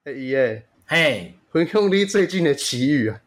耶， 嘿， 分享你最近的奇遇啊！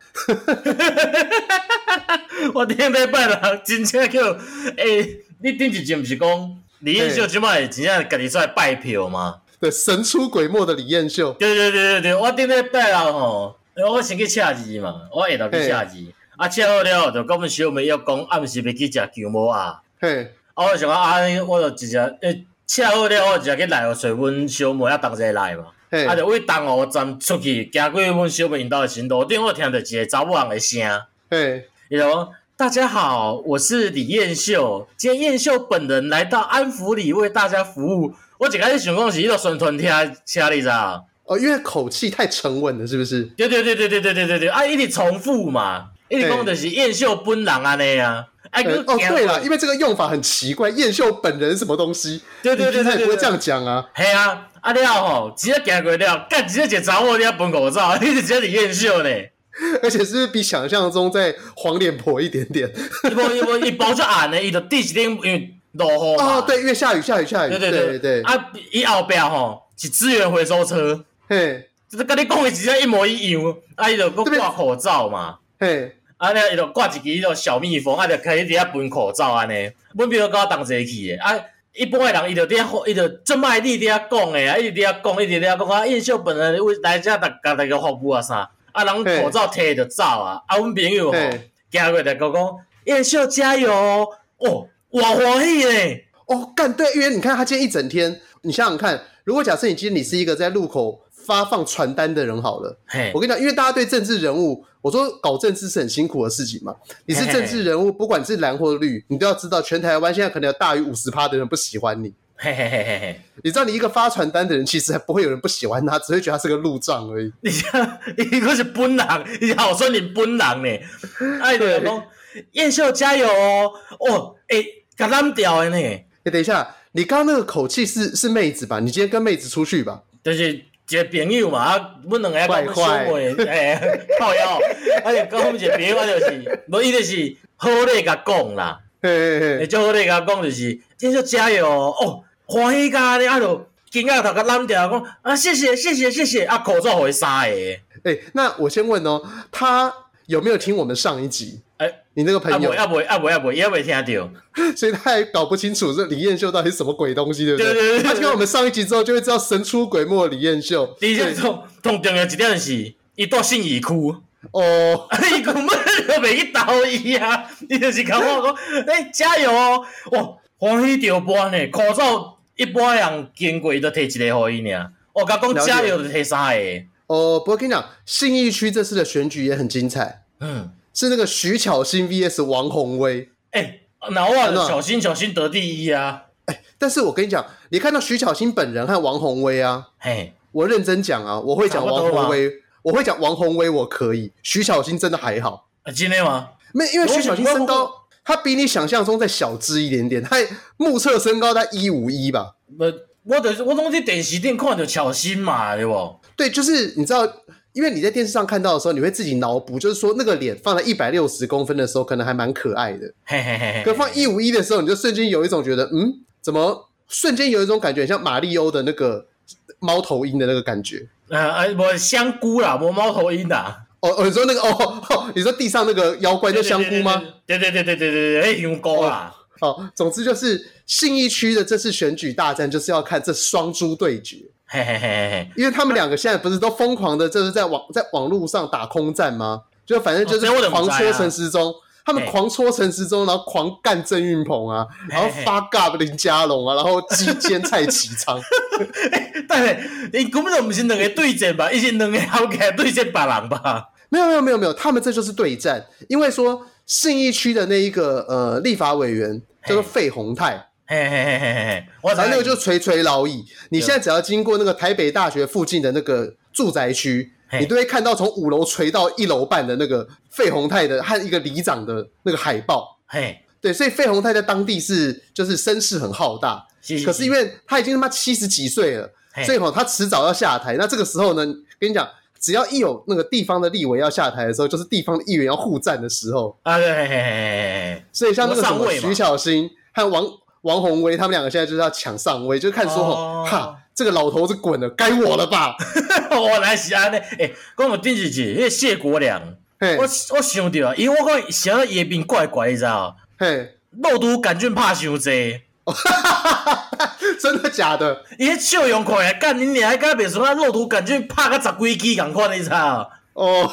我顶礼拜人真正叫你顶一集毋是讲李彦秀即摆真正家己出来拜票吗？ 对，神出鬼没的李彦秀。 对，我顶礼拜人吼，我先去测字嘛，我下昼去测字，测好了就跟阮小妹约讲暗时要去食姜母鸭。 嘿， 我想讲我就直接测好了，我直接去内湖找阮小妹同齐来嘛。就为东湖站出去，行过阮小妹因兜的行路顶，我听到一个查某人的声。 嘿， 伊就讲：“大家好，我是李彦秀，今天彦秀本人来到安福里为大家服务。”我一开始想讲是迄个宣传车，你知道？ 因为口气太沉稳了，是不是？ 对，一直重复嘛，一直讲就是彦秀本人安尼啊。 对啦，因为这个用法很奇怪，彦秀本人什么东西？ 对， 他也不会这样讲啊。 嘿啊，了吼，直接行过了，干直接一个查某在分口罩，你直接是彦秀呢。 而且是不是比想象中再黄脸婆一点点？ 伊包就暗的，伊就地一顶因为落雨嘛。 对，因为下雨。对。 伊后壁吼是资源回收车， 嘿， 就是跟你讲的直接一模一样。伊就挂口罩嘛， 嘿， 了伊就挂一支迄种小蜜蜂，就开始伫遐分口罩安尼。阮朋友甲我同齐去的，一般的人伊就这卖力伫遐讲的，一直伫遐讲彦秀本人来遮大家服务啥。人口罩摕就走啊！阮朋友吼行过来讲彦秀加油哦！哇欢喜嘞！ 干对，因为你看他今天一整天，你想想看，如果假设你今天你是一个在路口发放传单的人好了，我跟你讲，因为大家对政治人物，我说搞政治是很辛苦的事情嘛。你是政治人物，不管是蓝或绿，你都要知道，全台湾现在可能有大于50%的人不喜欢你。你知道你一个发传单的人，其实还不会有人不喜欢他，只会觉得他是个路障而已。 你是本人，你好说你本人呢？就讲彦秀加油哦！甲咱掉的呢。 等一下，你刚刚那个口气是妹子吧？你今天跟妹子出去吧？ 就是一个朋友嘛，阮两个讲小妹，靠腰，就讲阮一个朋友，就是无伊就是好咧甲讲啦。就好咧甲讲就是彦秀加油哦！欢喜甲咧，就惊讶头甲揽掉，讲谢谢，口罩互伊撒的。 那我先问哦，他有没有听我们上一集？你那个朋友也未听到， 所以他还搞不清楚这李彦秀到底是什么鬼东西，对不对？对。他听完我们上一集之后，就会知道神出鬼没的李彦秀。 第一件重要一点是，伊住信义区。伊根本就袂去斗伊啊！伊就是甲我讲，加油哦！哇，欢喜着搬呢，口罩一般人经过伊就摕一个互伊尔。甲讲加油就摕3个。 不过跟你讲，信义区这次的选举也很精彩。是那个徐巧芯 VS 王宏威。 那我小心得第一啊！ 但是我跟你讲，你看到徐巧芯本人和王宏威啊，我认真讲啊，我会讲王宏威，我可以，徐巧芯真的还好。 真的吗？ 没，因为徐巧芯身高，他比你想象中再小只一点点，他目测身高在151吧。 我拢在电视顶看到巧芯嘛，对不？ 对，就是你知道。因为你在电视上看到的时候，你会自己脑补，就是说那个脸放在160公分的时候，可能还蛮可爱的。可放151的时候，你就瞬间有一种觉得，怎么瞬间有一种感觉，像马里欧的那个猫头鹰的那个感觉。 无香菇啦，无猫头鹰啦。 你说那个你说地上那个妖怪叫香菇吗？ 对，香菇啦。 总之就是信义区的这次选举大战，就是要看这双猪对决。因为他们两个现在不是都疯狂的，就是在网络上打空战吗？就反正就是狂戳陈时中，他们狂戳陈时中，然后狂干郑运鹏啊，然后发尬林佳龙啊，然后击奸蔡启昌。 但是你根本就不是两个对战吧？一是两个好起来对战别人吧？ 没有，他们这就是对战。因为说信义区的那一个立法委员叫做费鸿泰。反正那个就垂垂老矣。你现在只要经过那个台北大学附近的那个住宅区，你都会看到从5楼垂到1楼半的那个费鸿泰的和一个里长的那个海报。对，所以费鸿泰在当地就是声势很浩大。可是因为他已经他妈70几岁了，所以他迟早要下台。那这个时候呢，跟你讲，只要一有那个地方的立委要下台的时候，就是地方的议员要互战的时候。所以像那个什么徐巧芯和王宏威他们两个现在就是要抢上位，就看说这个老头子滚了，该我了吧？ 原来是安尼，讲到顶一集，迄个谢国良，我想到，因为我讲想到伊面怪怪，你知道？ 嘿， 肉毒杆菌拍伤济。 真的假的？ 伊迄笑容看起来，干你娘！敢袂说肉毒杆菌拍个10几支共款，你知道？ 哦，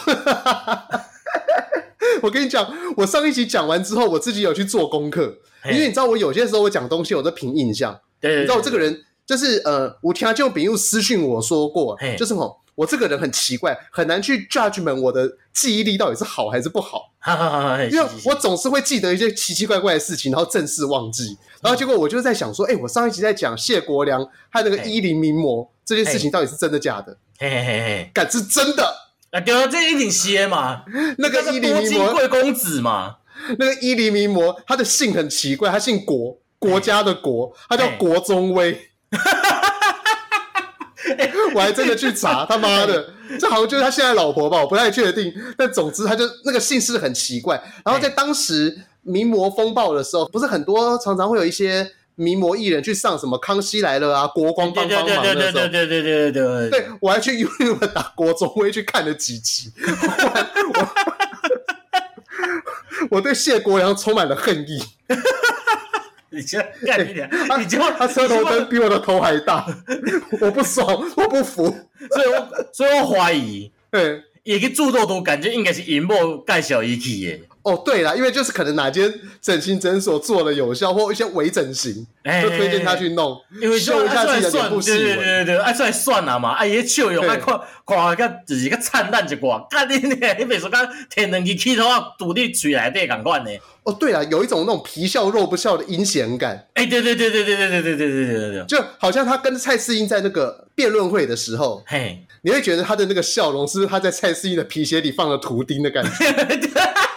我跟你讲，我上一集讲完之后，我自己有去做功课，因为你知道我有些时候我讲东西我都凭印象。对，你知道我这个人就是我听就朋友私讯我说过，就是我这个人很奇怪，很难去 judgment 我的记忆力到底是好还是不好，因为我总是会记得一些奇奇怪怪的事情，然后正式忘记，然后结果我就在想说，我上一集在讲谢国良和那个10名模这件事情到底是真的假的？干是真的。 对啊，这一定是的嘛。 那个10名模贵公子嘛， 那个10名模，他的姓很奇怪，他姓国，国家的国，他叫国中威。我还真的去查，他妈的，这好像就是他现在老婆吧，我不太确定。但总之，他就那个姓氏很奇怪。然后在当时名模风暴的时候，不是很多常常会有一些名模艺人去上什么康熙来了啊、国光帮忙的时候，对，我还去 YouTube 打国中威去看了几集。我对谢国良充满了恨意。 你这干你俩，你就他车头灯比我的头还大，我不爽，我不服， 所以我怀疑，也去注肉毒感觉应该是银幕介绍伊去的。 哦，对啦，因为就是可能哪间整形诊所做了有效，或一些微整形，就推荐他去弄， 因为秀一下自己的脸部细纹。 对，爱出来算啊嘛，伊笑容爱看个就是个灿烂一寡，干你俩，你别说讲天两支气头啊，堵你嘴内底共款呢。 哦，对啦，有一种那种皮笑肉不笑的阴险感。 对， 就好像他跟蔡适应在那个辩论会的时候，你会觉得他的那个笑容是不是他在蔡适应的皮鞋里放了图钉的感觉？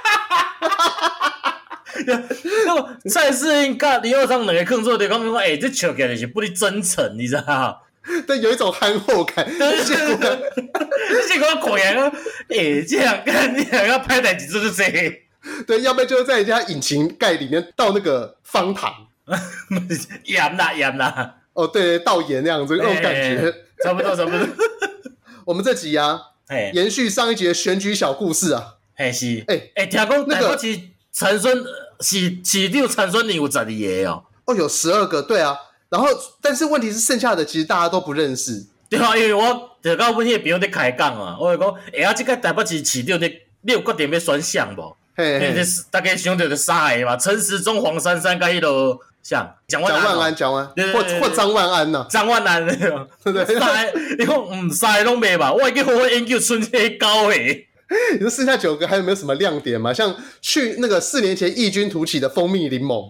蔡适应甲李友昌两个控做对讲，这笑起来是不哩真诚，你知道？ 对，有一种憨厚感。 结果看起来，这样干你还要拍代志就是这。 对，要不然就是在人家引擎盖里面倒那个方糖， 盐啦。 哦，对，倒盐那样子，那种感觉。 差不多。 我们这集啊，延续上一集的选举小故事啊。 是。听讲那个是陈孙市长陈孙年有12个哦。哦， 有12个，对啊。然后，但是问题是剩下的其实大家都不认识。 对啊，因为我就到阮迄个朋友在开讲啊，我就讲，这个台北市市长你有决定要选谁无？大概想到就3个嘛，陈时中、黄珊珊跟迄个像蒋万安， 或张万安呐， 张万安，对不对？你讲3个拢袂吧？我还去好好研究剩下9个。 你说剩下9个还有没有什么亮点嘛？像去那个4年前异军突起的蜂蜜柠檬，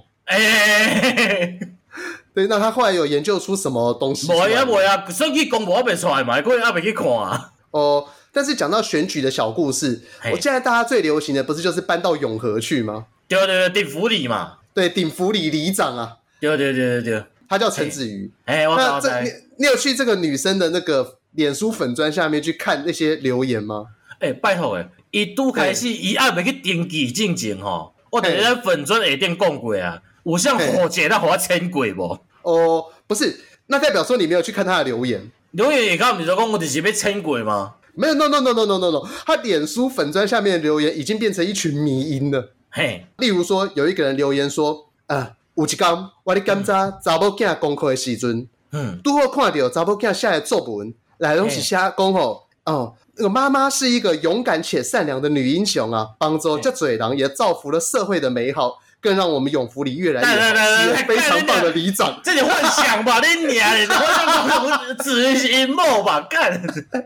对，那他后来有研究出什么东西？ 没啊，选举公布还没出来嘛，可能还没去看啊。 哦，但是讲到选举的小故事，我现在大家最流行的不是就是搬到永和去吗？ 对，鼎福里嘛。 对，鼎福里里长啊。 对， 他叫陈子瑜。 我搞这你有去这个女生的那个脸书粉专下面去看那些留言吗？ 拜托伊拄开始伊还没去登记进前吼，我伫咧粉专下顶讲过啊。有像火姐那火签过无？ 哦，不是，那代表说你没有去看他的留言。 留言也刚不是说我就是被签过吗？ 没有 ，no， 他脸书粉专下面的留言已经变成一群迷因了。例如说有一个人留言说，有一天我咧检查查某囝功课的时阵，拄好看到查某囝写的作文，内容是写讲那个妈妈是一个勇敢且善良的女英雄啊，帮助这嘴人也造福了社会的美好。更让我们永福里越来越好，是非常棒的里长。 这你幻想吧，你娘！你幻想只是阴谋吧，干！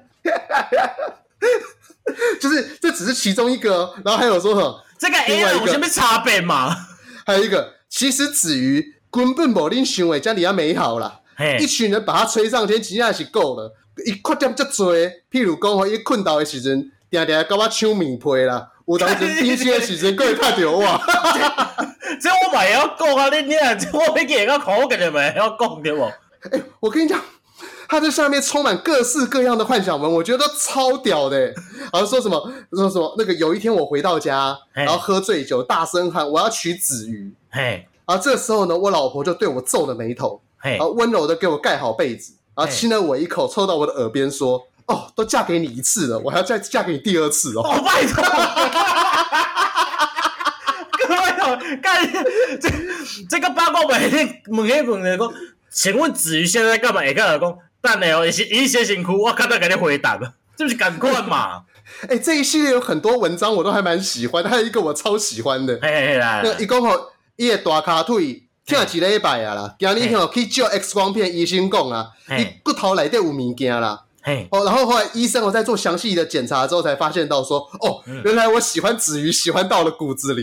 就是这只是其中一个，然后还有说什么？ 这个 AI 有什么差别嘛？ 还有一个，其实子瑜根本没恁想的这样美好啦。一群人把他吹上天，真的是够了。伊缺点这多，譬如讲，伊困到的时阵，定定跟我抢面皮啦。有当时冰箱的时阵，佫会看到我。 这我嘛会晓讲啊！你我要记到看，我感觉嘛会晓讲对无？ 我跟你讲，他这下面充满各式各样的幻想文，我觉得都超屌的。然后说什么那个有一天我回到家，然后喝醉酒，大声喊我要娶子瑜。然后这时候呢，我老婆就对我皱了眉头，然后温柔的给我盖好被子。 然后亲了我一口，凑到我的耳边说：“哦，都嫁给你一次了，我还要再嫁给你第2次哦。” 哦，拜托，拜托，干这个八卦问的讲，请问子瑜现在在干嘛？下个讲，等下哦，伊写身躯，我看到给你回答，这不是赶快嘛？ 这一系列有很多文章我都还蛮喜欢的，还有一个我超喜欢的，那伊讲吼，伊的大骹腿疼一礼拜啊啦，今日吼去照 X 光片，医生讲啊，伊骨头内底有物件啦。然后后来医生在做详细的检查之后才发现到说，哦，原来我喜欢子瑜喜欢到了骨子里。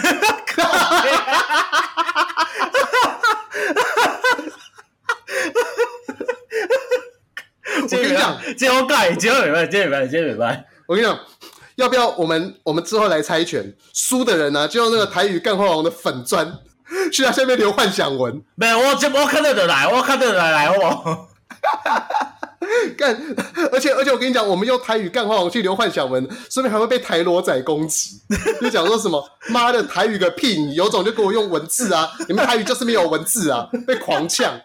我跟你讲， 这好改，这没办。 我跟你讲，要不要我们之后来猜拳？输的人呢、就用那个台语干话王的粉砖去他下面留幻想文。 没有，我看到就来，我看到就来好不好？ 干，而且我跟你讲，我们用台语干话王去留幻想文，顺便还会被台罗仔攻击，就讲说什么妈的台语个屁，你有种就给我用文字啊！你们台语就是没有文字啊，被狂呛。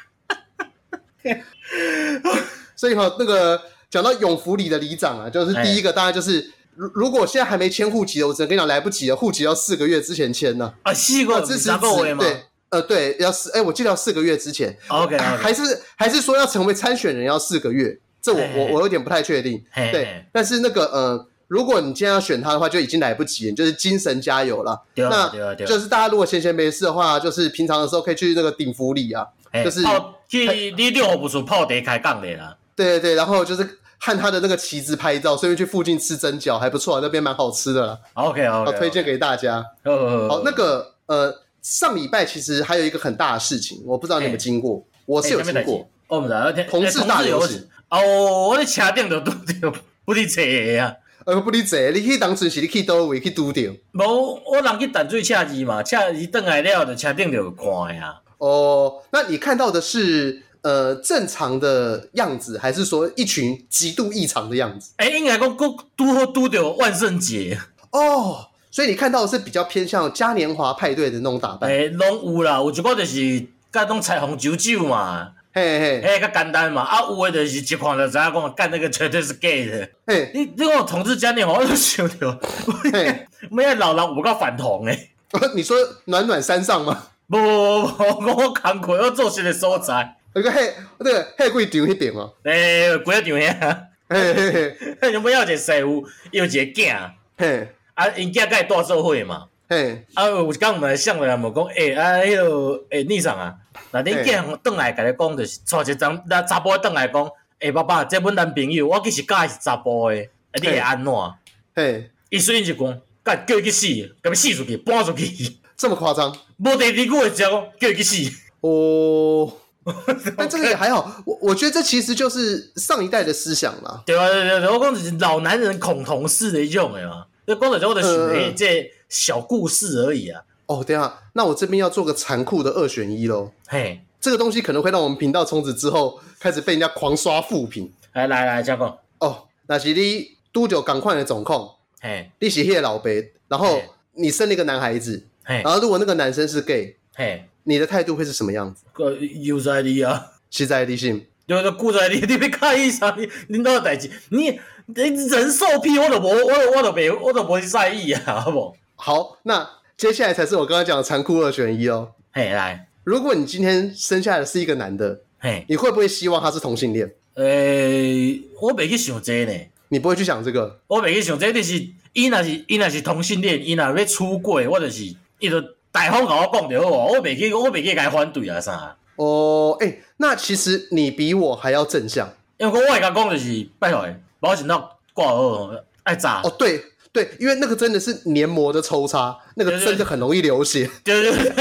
所以那个讲到永福里的里长啊，就是第一个大概就是，如果现在还没迁户籍的，我只能跟你讲来不及了，户籍要4个月之前迁呢。 啊，4个支持子吗？对，要我记得要4个月之前。 OK， 还是说要成为参选人要4个月？这我有点不太确定。对，但是那个如果你今天要选他的话，就已经来不及了，就是精神加油了。那就是大家如果闲没事的话，就是平常的时候可以去那个鼎福里啊，就是去你六合不是泡茶开讲的啦。 对，然后就是和他的那个旗子拍照，顺便去附近吃蒸饺，还不错，那边蛮好吃的啦。 OK， 好，推荐给大家。好，那个上礼拜其实还有一个很大的事情，我不知道你有没有经过，我是有经过。 我不知道， 同志大游行。 哦，我在车顶就拄到，不离坐的啊。 不离坐，你去当阵是你去倒位去拄到？ 无，我人去淡水车字嘛，车字转来了，就车顶就看呀。 哦，那你看到的是正常的样子，还是说一群极度异常的样子？ 应该讲拄到万圣节哦，所以你看到的是比较偏向嘉年华派对的那种打扮。 拢有啦，有一个就是甲种彩虹九九嘛， 嘿， 较简单嘛，啊有的就是一看就知影讲，干那个绝对是 gay 的。你讲同志嘉年华，我就想到，咩老人有够反同诶。 你说暖暖山上吗？ 无，我工课我做新的所在。 那个迄几场迄边哦。 几个场遐。嘿，原本要一个师傅，有一个囝。嘿。啊，因囝甲伊带做伙嘛。嘿。啊，有一天我们想来问讲，迄个逆长啊，那恁囝转来甲你讲，就是带一张查甫转来讲，爸爸，这阮男朋友，我其实甲伊是查甫诶，你会安怎？嘿。伊随就讲，甲叫伊去死，甲伊死出去，搬出去。 这么夸张？ 无第二句话只讲叫伊去死。 哦。但这个也还好，我觉得这其实就是上一代的思想啦。 对，我讲就是老男人恐同式的一种的嘛。那讲的就我的许这小故事而已啊。 哦，等一下，那我这边要做个残酷的2选1咯。嘿，这个东西可能会让我们频道从此之后开始被人家狂刷负评。 来，这样讲。 哦，那是你拄着同款的状况，嘿，你是那个老爸，然后你生了一个男孩子。然后如果那个男生是 gay， 你的态度会是什么样子？ 有在你啊， 是在你心， 就是顾在你，你别看意啥，你哪有代志？你人兽癖，我都不在意啊，好不？ 好，那接下来才是我刚刚讲的残酷2选1哦。 嘿，来， 如果你今天生下来的是一个男的，你会不会希望他是同性恋？ 我没去想这呢。 你不会去想这个？ 我没去想这，就是伊若是同性恋，伊若要出轨，我就是。伊就大方甲我讲就好，我袂去甲伊反对啊啥。 哦，那其实你比我还要正向， 因为我会甲讲就是拜托保险套挂好，爱炸。 哦，对，因为那个真的是黏膜的抽插，那个真的很容易流血。 对，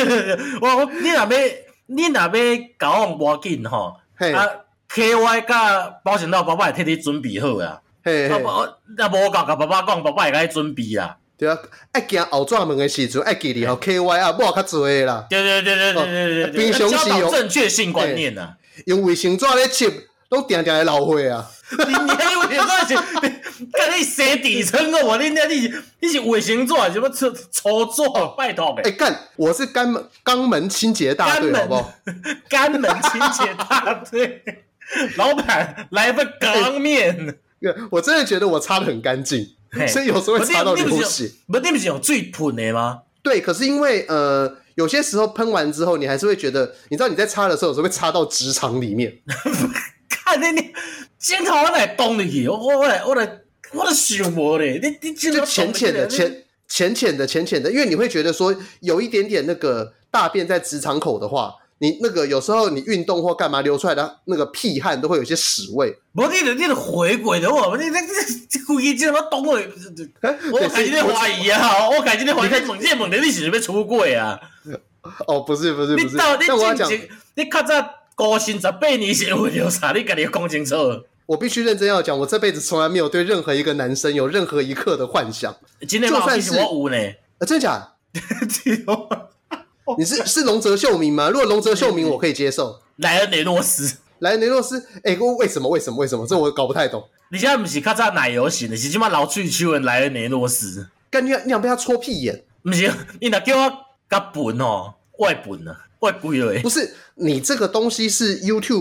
你若要甲我无要紧吼，啊 KY 甲保险套爸爸会替你准备好啊。嘿，那无甲爸爸讲，爸爸会甲你准备啊。 对啊，爱行后转门的时阵，爱记哩吼 KY 啊，抹较多的啦。 对， 平常时教导正确性观念呐。 用卫生纸咧切，拢定会流血啊。 你还用卫生纸是？干你洗底层个我，你是卫生纸什么抽作？拜托呗。 干，我是肛门清洁大队，好不好？ 肛门清洁大队。 老板来份缸面。 我真的觉得我擦的很干净，所以有时候会擦到流血。 不，你不是有水喷的吗？ 对，可是因为有些时候喷完之后，你还是会觉得，你知道你在擦的时候，有时候会擦到直肠里面。 看你镜头我来动进去，我来想无咧，你就浅浅的，因为你会觉得说有一点点那个大便在直肠口的话。你那个有时候你运动或干嘛流出来的那个屁汗都会有一些屎味。 不，你回轨的我，你故意这么懂我，我开始在怀疑啊！我开始在怀疑，猛的你是要出轨啊？ 哦，不是， 你到底你较早高薪18年前为了啥？你家己讲清楚。 我必须认真要讲，我这辈子从来没有对任何一个男生有任何一刻的幻想。 今天就算是我有呢， 真的假的？你是龙泽秀明吗？如果龙泽秀明我可以接受。 莱恩雷诺斯， 为什么？这我搞不太懂。 你现在不是较早奶油型的，是即马老喙手的莱恩雷诺斯。 干你想被他戳屁眼？ 不是，你若叫我甲笨哦，我会笨啊，我会跪了。 不是，你这个东西是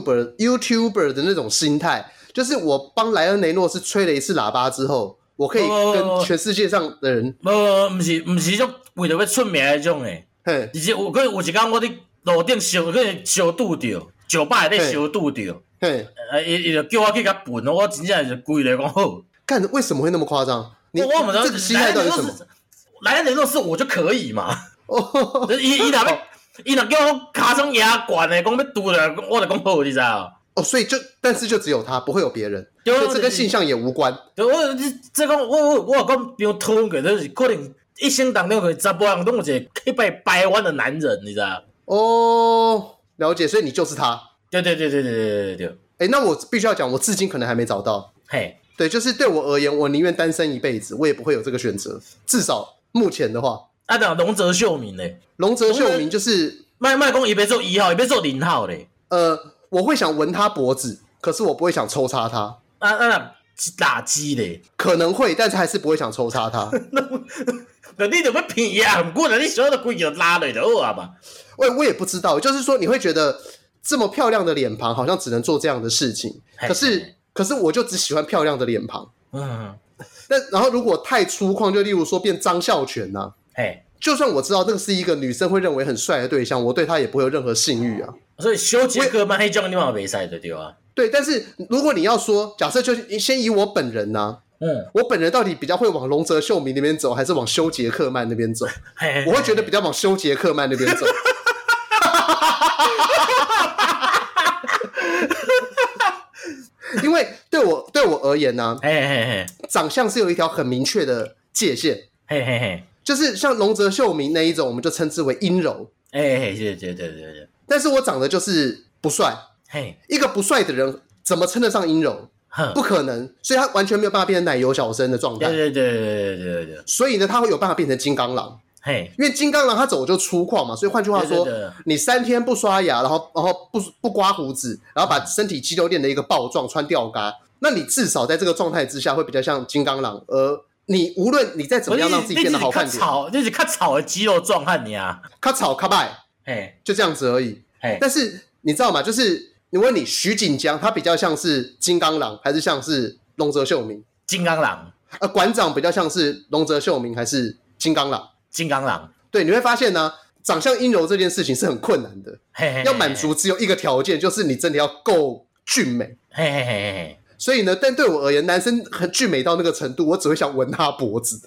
YouTuber 的那种心态，就是我帮莱恩雷诺斯吹了一次喇叭之后，我可以跟全世界上的人。 不是种为了要出名那种诶。而且有一天我伫路顶小拄着，酒吧内底小拄着，伊就叫我去甲笨，我真正是跪咧讲好。 干，为什么会那么夸张？你这个心态到底是什么？ 来人就是我就可以嘛。伊若叫我卡上牙管诶，讲要拄了，我就讲好，你知道？ 所以但是就只有他，不会有别人，所以这跟性向也无关。 对，这讲我讲比如讨论过，就是可能。一生当中，查甫人都有一个可以被掰弯的男人，你知道？ 了解，所以你就是他。 对。 那我必须要讲，我至今可能还没找到。对，就是对我而言，我宁愿单身一辈子，我也不会有这个选择。至少目前的话， 等龙泽秀明嘞， 龙泽秀明就是卖讲伊要做1号，伊要做0号嘞。 我会想闻他脖子，可是我不会想抽插他。 打击嘞， 可能会，但是还是不会想抽插他。 那你怎么骗啊？不过你所有的规矩拉了就好啊嘛。 我也不知道，就是说你会觉得这么漂亮的脸庞，好像只能做这样的事情。可是我就只喜欢漂亮的脸庞。然后如果太粗犷，就例如说变张孝全啊，就算我知道那个是一个女生会认为很帅的对象，我对他也不会有任何性欲啊。 所以修杰克曼那种你嘛袂使的对啊。对， 但是如果你要说，假设就先以我本人啊。我本人到底比较会往龙泽秀明那边走，还是往修杰克曼那边走？我会觉得比较往修杰克曼那边走。因为对我而言呢，长相是有一条很明确的界限。就是像龙泽秀明那一种，我们就称之为阴柔。对。但是我长得就是不帅。一个不帅的人怎么称得上阴柔？不可能，所以他完全没有办法变成奶油小生的状态。对。所以呢，他会有办法变成金刚狼。因为金刚狼他走就粗犷嘛，所以换句话说，你3天不刷牙，然后不刮胡子，然后把身体肌肉练的一个暴壮，穿吊嘎，那你至少在这个状态之下会比较像金刚狼。而你无论你再怎么样让自己变得好看点， 就是较草的肌肉壮汉你啊， 较草较白，就这样子而已。但是你知道吗？就是你问你徐锦江，他比较像是金刚狼，还是像是龙泽秀明？ 金刚狼。 馆长比较像是龙泽秀明，还是金刚狼？ 金刚狼。 对，你会发现呢，长相阴柔这件事情是很困难的。要满足只有一个条件，就是你真的要够俊美。所以呢，但对我而言，男生很俊美到那个程度，我只会想闻他脖子。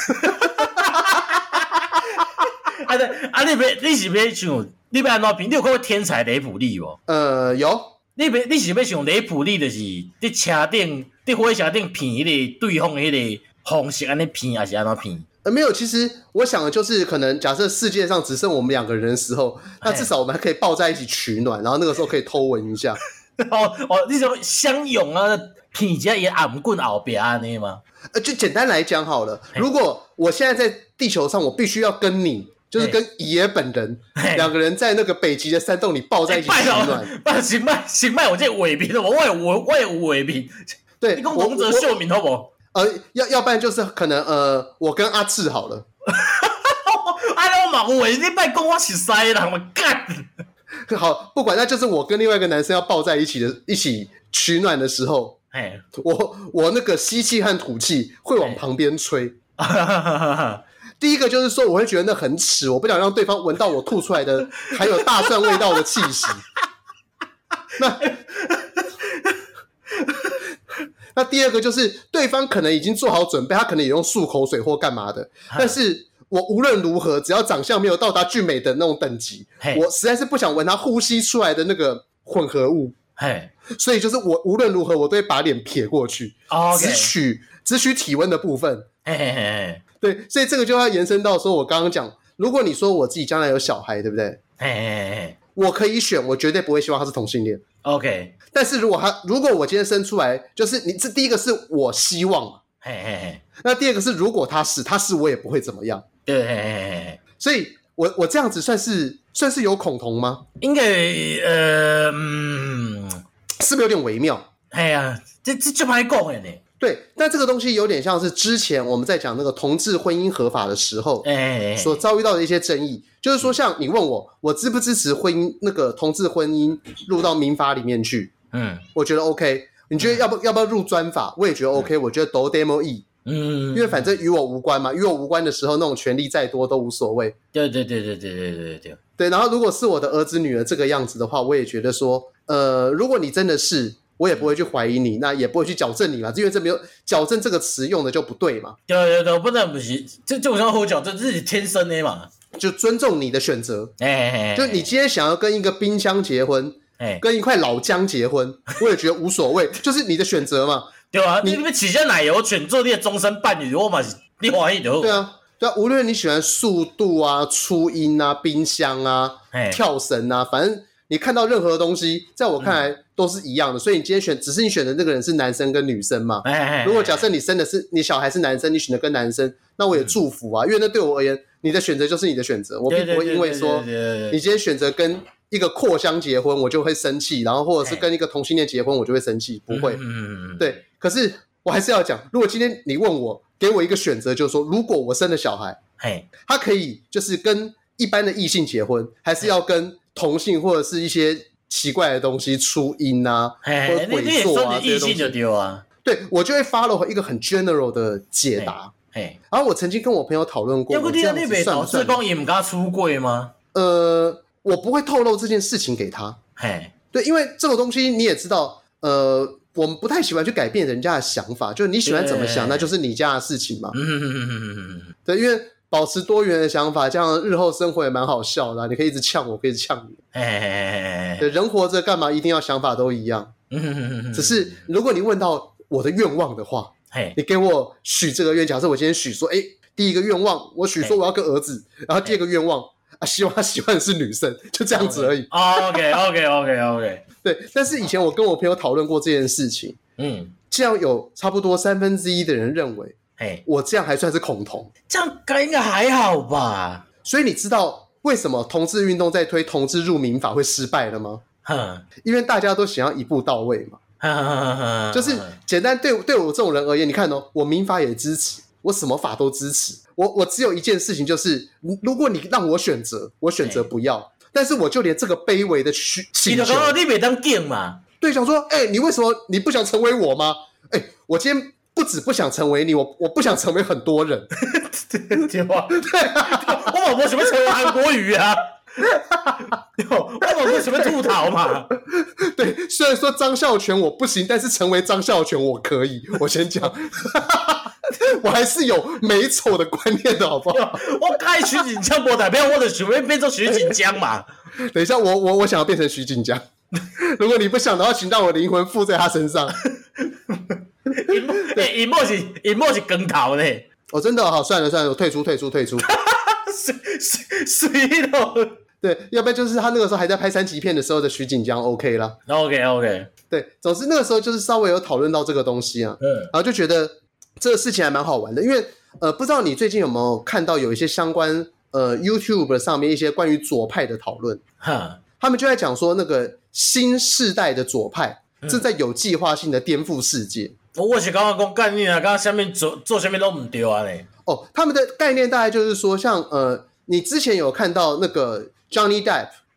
你是要像你要安怎评？你有看过《天才雷普利》无？ 有。 你是要像雷普利，就是伫车顶、伫火车顶骗迄个对方迄个方式安尼骗，还是安怎骗？ 没有，其实我想的就是，可能假设世界上只剩我们2个人的时候，那至少我们还可以抱在一起取暖，然后那个时候可以偷闻一下。 你种相拥啊，骗一下也暗棍后边安尼吗？ 就简单来讲好了，如果我现在在地球上，我必须要跟你，就是跟爷本人2个人在那个北极的山洞里抱在一起取暖。 行迈，我这伪名的，我有伪名。 对， 你讲龙泽秀明好不好？ 要不然就是可能我跟阿志好了。 我嘛有诶，你别讲我是西人，我干。 好，不管，那就是我跟另外一个男生要抱在一起取暖的时候，我那个吸气和吐气会往旁边吹。第一个就是说，我会觉得那很耻，我不想让对方闻到我吐出来的含有大蒜味道的气息。那第二个就是对方可能已经做好准备，他可能也用漱口水或干嘛的，但是我无论如何，只要长相没有到达俊美的那种等级，我实在是不想闻他呼吸出来的那个混合物。所以就是我无论如何我都会把脸撇过去，只取体温的部分。对，所以这个就要延伸到说我刚刚讲，如果你说我自己将来有小孩，对不对？我可以选，我绝对不会希望他是同性恋。 OK， 但是如果我今天生出来，就是这第一个是我希望嘛，那第二个是如果他是我也不会怎么样。 对， 所以我这样子算是有恐同吗？ 应该是不是有点微妙？ 这就歹讲的呢。 对，但这个东西有点像是之前我们在讲那个同志婚姻合法的时候所遭遇到的一些争议，就是说像你问我支不支持那个同志婚姻入到民法里面去，我觉得 OK。你觉得要不要入专法？我也觉得 OK。我觉得都 demo e， 因为反正与我无关嘛，与我无关的时候，那种权利再多都无所谓。 对。 对，然后如果是我的儿子女儿这个样子的话，我也觉得说，如果你真的是。我也不会去怀疑你，那也不会去矫正你嘛，因为这没有矫正这个词用的就不对嘛。 对，不能不是，这有什么好矫正？这是天生的嘛。 就尊重你的选择。就你今天想要跟一个冰箱结婚，跟一块老姜结婚，我也觉得无所谓，就是你的选择嘛。 对啊，你起些奶油选做你的终身伴侣，我嘛是你欢喜就好。 对啊，无论你喜欢速度啊、初音啊、冰箱啊、跳绳啊，反正。你看到任何东西，在我看来都是一样的，所以你今天只是你选的那个人是男生跟女生嘛。如果假设你生的是你小孩是男生，你选的跟男生，那我也祝福啊，因为那对我而言，你的选择就是你的选择，我并不会因为说你今天选择跟一个扩香结婚，我就会生气，然后或者是跟一个同性恋结婚，我就会生气，不会。对，可是我还是要讲，如果今天你问我，给我一个选择，就是说，如果我生了小孩，他可以就是跟一般的异性结婚，还是要跟同性或者是一些奇怪的东西初音啊，或者鬼作啊，这些东西就丢啊。对，我就会 follow 一个很 general 的解答。然后我曾经跟我朋友讨论过， 要不你算不算？是讲也不敢出柜吗？ 我不会透露这件事情给他。对，因为这种东西你也知道，我们不太喜欢去改变人家的想法，就是你喜欢怎么想，那就是你家的事情嘛。对，因为。保持多元的想法，这样日后生活也蛮好笑的啊，你可以一直呛我，可以一直呛你。对，人活着干嘛一定要想法都一样？只是如果你问到我的愿望的话，你给我许这个愿，假设我今天许说，第一个愿望我许说我要个儿子，然后第二个愿望希望他喜欢的是女生，就这样子而已。 OK。 对，但是以前我跟我朋友讨论过这件事情，这样有差不多1/3的人认为。我这样还算是恐同， 这样应该还好吧？ 所以你知道为什么同志运动在推同志入民法会失败了吗？因为大家都想要一步到位嘛。就是简单对我这种人而言，你看我民法也支持，我什么法都支持，我只有一件事情就是，如果你让我选择，我选择不要。但是我就连这个卑微的请求， 你就说你不当警嘛？ 对，想说，你为什么你不想成为我吗？我今天。不止不想成为你，我不想成为很多人。 对吧？我为什么成为韩国瑜啊？我为什么吐槽嘛？ 对，虽然说张孝全我不行，但是成为张孝全我可以。我先讲，我还是有美丑的观念的，好不好？ 我看徐锦江不代表我的想要变成徐锦江嘛。 等一下，我想要变成徐锦江。如果你不想的话，请让我灵魂附在他身上。 银幕是光头呢。 真的好，算了，我退出。 水了。 对，要不然就是他那个时候还在拍3级片的时候的徐锦江 OK 啦。 OK。 对，总之那个时候就是稍微有讨论到这个东西啊，然后就觉得这个事情还蛮好玩的，因为不知道你最近有没有看到有一些相关YouTube 上面一些关于左派的讨论，他们就在讲说那个新世代的左派正在有计划性的颠覆世界。 我是刚刚讲概念啊，刚刚下面做下面都不对啊嘞。 他们的概念大概就是说，像你之前有看到那个 Johnny Depp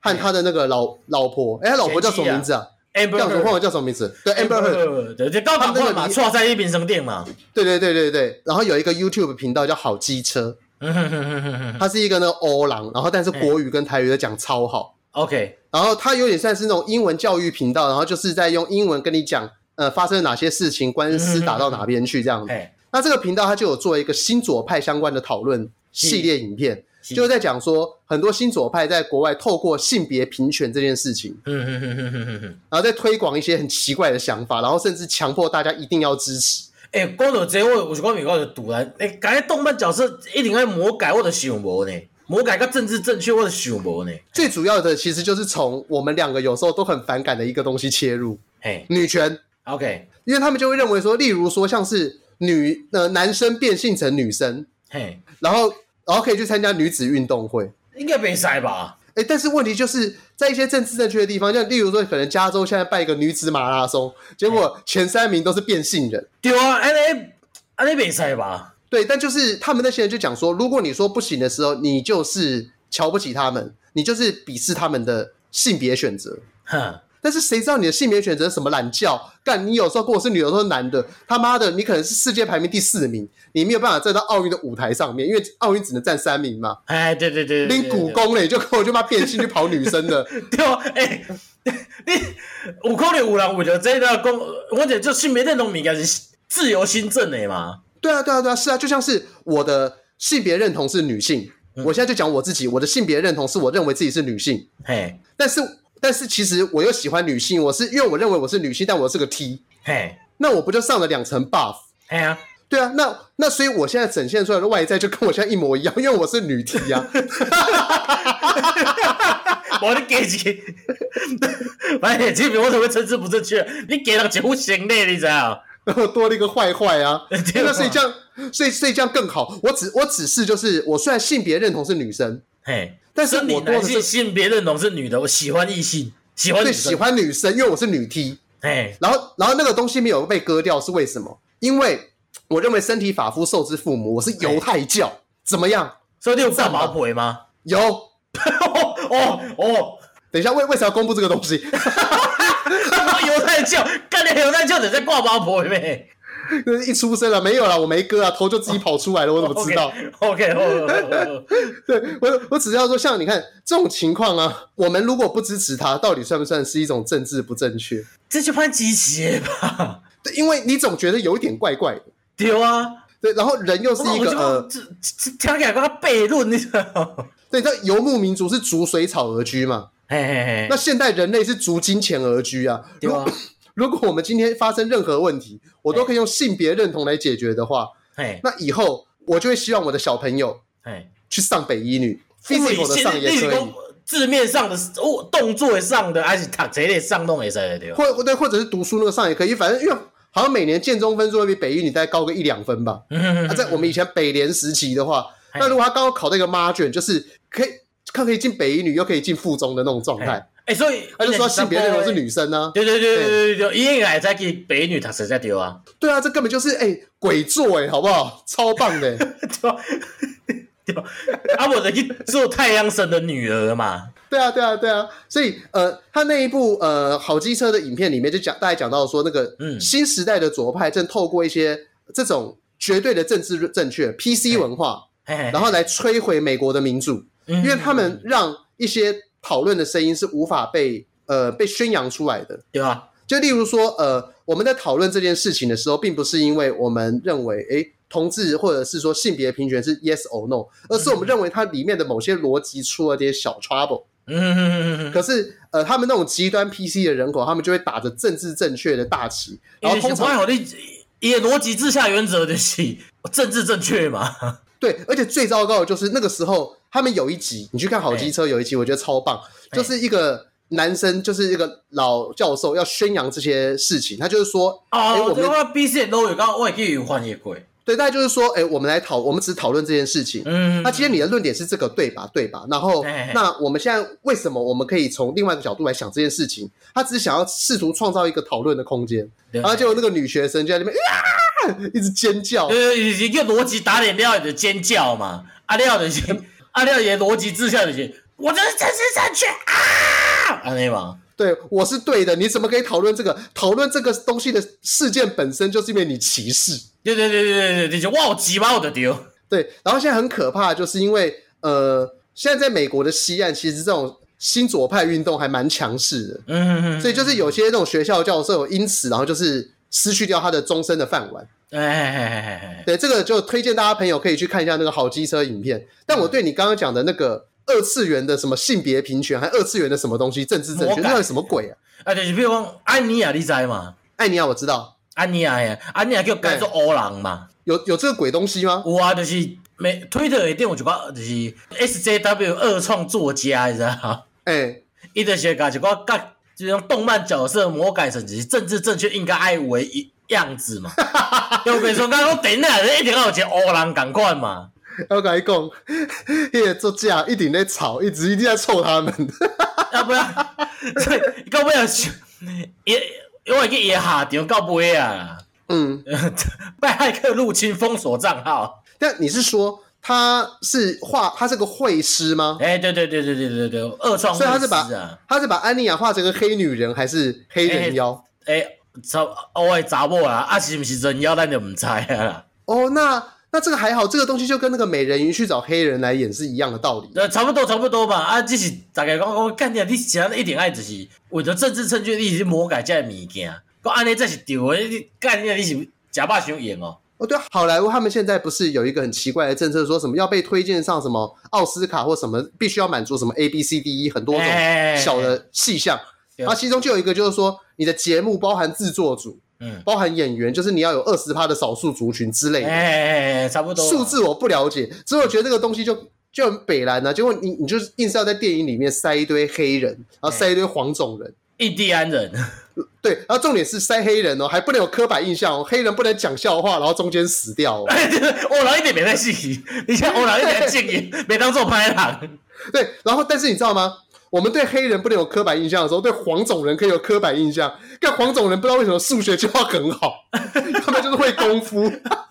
和他的那个老婆，他老婆叫什么名字啊？这样子忘了叫什么名字？对 ，Amber Heard， 对，就高档款嘛，错在一民生店嘛。 对，然后有一个 YouTube 频道叫好机车，他是一个那个欧郎，然后但是国语跟台语都讲超好。 OK， 然后他有点算是那种英文教育频道，然后就是在用英文跟你讲，发生了哪些事情，官司打到哪边去这样子。那这个频道他就有做一个新左派相关的讨论系列影片。就是在讲说很多新左派在国外透过性别平权这件事情，然后再推广一些很奇怪的想法，然后甚至强迫大家一定要支持。 讲到这我是讲就突然，改动漫角色一定要魔改，我就想无呢。魔改跟政治正确，我就想无呢。 最主要的其实就是从我们两个有时候都很反感的一个东西切入，女权。 OK， 因为他们就会认为说，例如说像是男生变性成女生，然后可以去参加女子运动会， 应该没塞吧？ 但是问题就是在一些政治正确的地方，像例如说，可能加州现在办一个女子马拉松，结果前3名都是变性人。 对啊，安尼没塞吧？ 对，但就是他们那些人就讲说，如果你说不行的时候，你就是瞧不起他们，你就是鄙视他们的性别选择。但是谁知道你的性别选择是什么懒觉？干，你有时候跟我是女的，有时候男的，他妈的，你可能是世界排名第4名，你没有办法站到奥运的舞台上面，因为奥运只能站3名嘛。 对， 拎古弓嘞，就跟我就妈变性去跑女生的。 对啊，你有可能有人为了这个讲，我觉得就性别认同物件是自由新政的嘛。 对啊，是啊，就像是我的性别认同是女性，我现在就讲我自己，我的性别认同是我认为自己是女性，但是其实我又喜欢女性，因为我认为我是女性，但我是个 T， 那我不就上了2层 buff？ 对啊，那所以我现在呈现出来的外在就跟我现在一模一样，因为我是女 T 啊。 我你给一个，哎，这边我怎么政治不正确？你给人一副行嘞，你知道？ 然后多了一个坏啊，那所以这样，所以这样更好。我只是就是我虽然性别认同是女生，但是我多的是性别认同是女的，我喜欢异性，喜欢女生，因为我是女 T。然后那个东西没有被割掉是为什么？因为我认为身体发肤受之父母，我是犹太教，怎么样？ 所以你有挂毛腿吗？ 有。等一下，为什么要公布这个东西？ 犹太教，干你犹太教，你在挂毛腿没？ 一出生了没有啦，我没割啊，头就自己跑出来了，我怎么知道 ？OK， 对，我只是要说，像你看这种情况啊，我们如果不支持他，到底算不算是一种政治不正确？ 这就判机器吧。 对，因为你总觉得有一点怪怪的。 对啊， 对，然后人又是一个听起来跟他悖论，你知道吗？ 对，这游牧民族是逐水草而居嘛，那现代人类是逐金钱而居啊。对啊。如果我们今天发生任何问题，我都可以用性别认同来解决的话，那以后我就会希望我的小朋友去上北一女 ，physical 的上也可以， 字面上的动作上的，还是读册的上弄也是对吧？ 或者是读书那个上也可以，反正因为好像每年建中分数会比北一女大概高个1-2分吧。在我们以前北联时期的话，那如果他刚好考到一个妈卷，就是可以进北一女又可以进附中的那种状态。 所以他就说性别认同是女生啊。 对，伊应该在去北女读书才对啊。 对啊，这根本就是鬼作好不好？超棒的。 对吧？我就去做太阳神的女儿嘛。 对啊。所以他那一部好机车的影片里面就大概讲到说，那个新时代的左派正透过一些这种绝对的政治正确 PC 文化，然后来摧毁美国的民主，因为他们让一些讨论的声音是无法被宣扬出来的， 对吧？ 就例如说，我们在讨论这件事情的时候，并不是因为我们认为，同志或者是说性别平权是 yes or no， 而是我们认为它里面的某些逻辑出了点小 trouble。可是，他们那种极端 PC 的人口，他们就会打着政治正确的大旗，然后通常以逻辑之下原则就是政治正确嘛。 对，而且最糟糕的就是那个时候，他们有一集，你去看好机车有一集，我觉得超棒，就是一个男生，就是一个老教授要宣扬这些事情，他就是说， 我们 BC 都有刚我也有翻译过。 对，大概就是说，我们只讨论这件事情。那今天你的论点是这个，对吧？然后，那我们现在为什么我们可以从另外一个角度来想这件事情？他只是想要试图创造一个讨论的空间，然后结果那个女学生就在那边一直尖叫， 一个逻辑打脸料的尖叫嘛，料的逻辑之下的我这是政治正确啊！ 安尼嘛。 对，我是对的，你怎么可以讨论这个？讨论这个东西的事件本身，就是因为你歧视。 对，就是我有鸡毛就对。 对，然后现在很可怕，就是因为现在在美国的西岸，其实这种新左派运动还蛮强势的，所以就是有些那种学校教授因此然后就是失去掉他的终身的饭碗。对，这个就推荐大家朋友可以去看一下那个好机车影片。但我对你刚刚讲的那个二次元的什么性别平权，还二次元的什么东西政治正确，那是什么鬼啊？ 就是比如讲安妮亚，你知吗？ 安妮亚我知道， 安妮亚叫改做乌人嘛。 有这个鬼东西吗？ 有啊，就是推特下顶有一个就是 SJW 二创作家，你知道吗？他就是把一个这种动漫角色魔改成就是政治正确应该爱有的样子嘛。就比如说，讲电影一定要有一个乌人同款嘛。 我跟你讲，那个作家一定在吵，一定在臭他们。 要不然，所以到尾因为伊下场到尾啊。被骇客入侵封锁账号。 但你是说他是个绘师吗？ 对，二创绘师啊。 所以他是把安妮亚画成个黑女人还是黑人妖？ 我的查某啦，是不是人妖咱就不知啦。 那这个还好，这个东西就跟那个美人鱼去找黑人来演是一样的道理。 差不多吧。只是大概讲干你现在一定爱就是为了政治正确，你去魔改这个物件。讲安尼才是对的，干你是假扮想演哦。 对，好莱坞他们现在不是有一个很奇怪的政策，说什么要被推荐上什么奥斯卡或什么，必须要满足什么 ABCDE 很多种小的细项。然后其中就有一个就是说，你的节目包含制作组，包含演员，就是你要有20%的少数族群之类的。 差不多。 数字我不了解，所以我觉得这个东西就很北蓝啊。结果你就是硬是要在电影里面塞一堆黑人，然后塞一堆黄种人。 印第安人。 对，然后重点是塞黑人还不能有刻板印象黑人不能讲笑话，然后中间死掉乌人一点没在戏，你像乌人一点敬业，没当做拍人。 对，然后但是你知道吗？我们对黑人不能有刻板印象的时候，对黄种人可以有刻板印象。但黄种人不知道为什么数学就要很好，他们就是会功夫。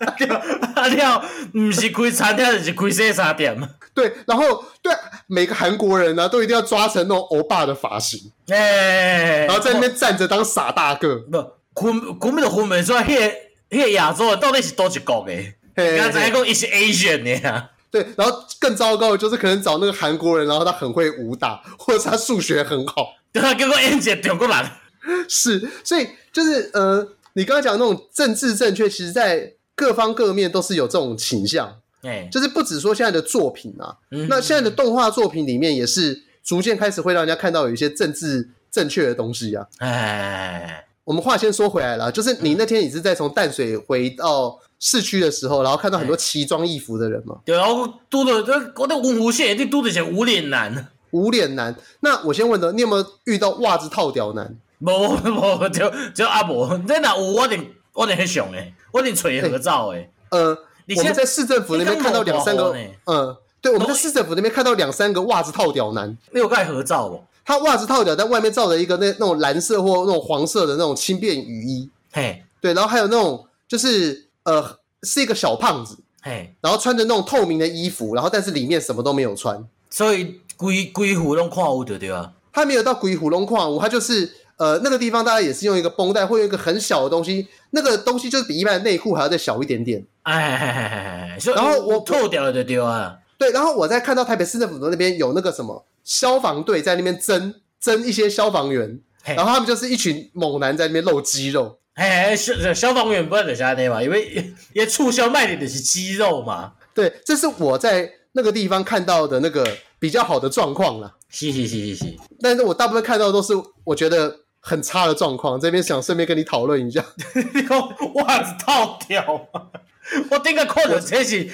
不是开餐厅就是开洗衫店。 对，然后对每个韩国人都一定要抓成那种欧巴的发型，然后在那边站着当傻大个。 根本就分不出来，那个亚洲人到底是多一国的。刚才讲他是 Asian 的。 对，然后更糟糕的就是可能找那个韩国人，然后他很会武打，或者是他数学很好， 对，他叫我演一个中国人。 是，所以就是你刚刚讲那种政治正确，其实在各方各面都是有这种倾向。就是不只说现在的作品啊，那现在的动画作品里面也是逐渐开始会让人家看到有一些政治正确的东西啊。我们话先说回来了，就是你那天你是在从淡水回到市区的时候，然后看到很多奇装异服的人嘛？对， 然后我的文湖线一定拄的是无脸男。无脸男，那我先问的，你有没有遇到袜子套屌男？ 无，只有阿伯。那若有我一定上诶，我一定找合照诶。 我们在市政府那边看到2-3个，对，我们在市政府那边看到2-3个袜子套屌男。 你有跟他合照不？ 他袜子套屌，但外面罩着一个那种蓝色或那种黄色的那种轻便雨衣。对，然后还有那种就是是一个小胖子，然后穿着那种透明的衣服，然后但是里面什么都没有穿， 所以规副拢看有就对啊。 他没有到规副拢看有，他就是那个地方大概也是用一个绷带或用一个很小的东西，那个东西就是比一般的内裤还要再小一点点。然后我脱掉了就对啊。 对，然后我在看到台北市政府那边有那个什么消防队在那边征一些消防员，然后他们就是一群猛男在那边露肌肉。 消防员不能就是这样嘛，因为促销卖的就是肌肉嘛。 对，这是我在那个地方看到的那个比较好的状况啦。 是。 但是我大部分看到的都是我觉得很差的状况，这边想顺便跟你讨论一下。 你说袜子套掉吗？我顶个看到这是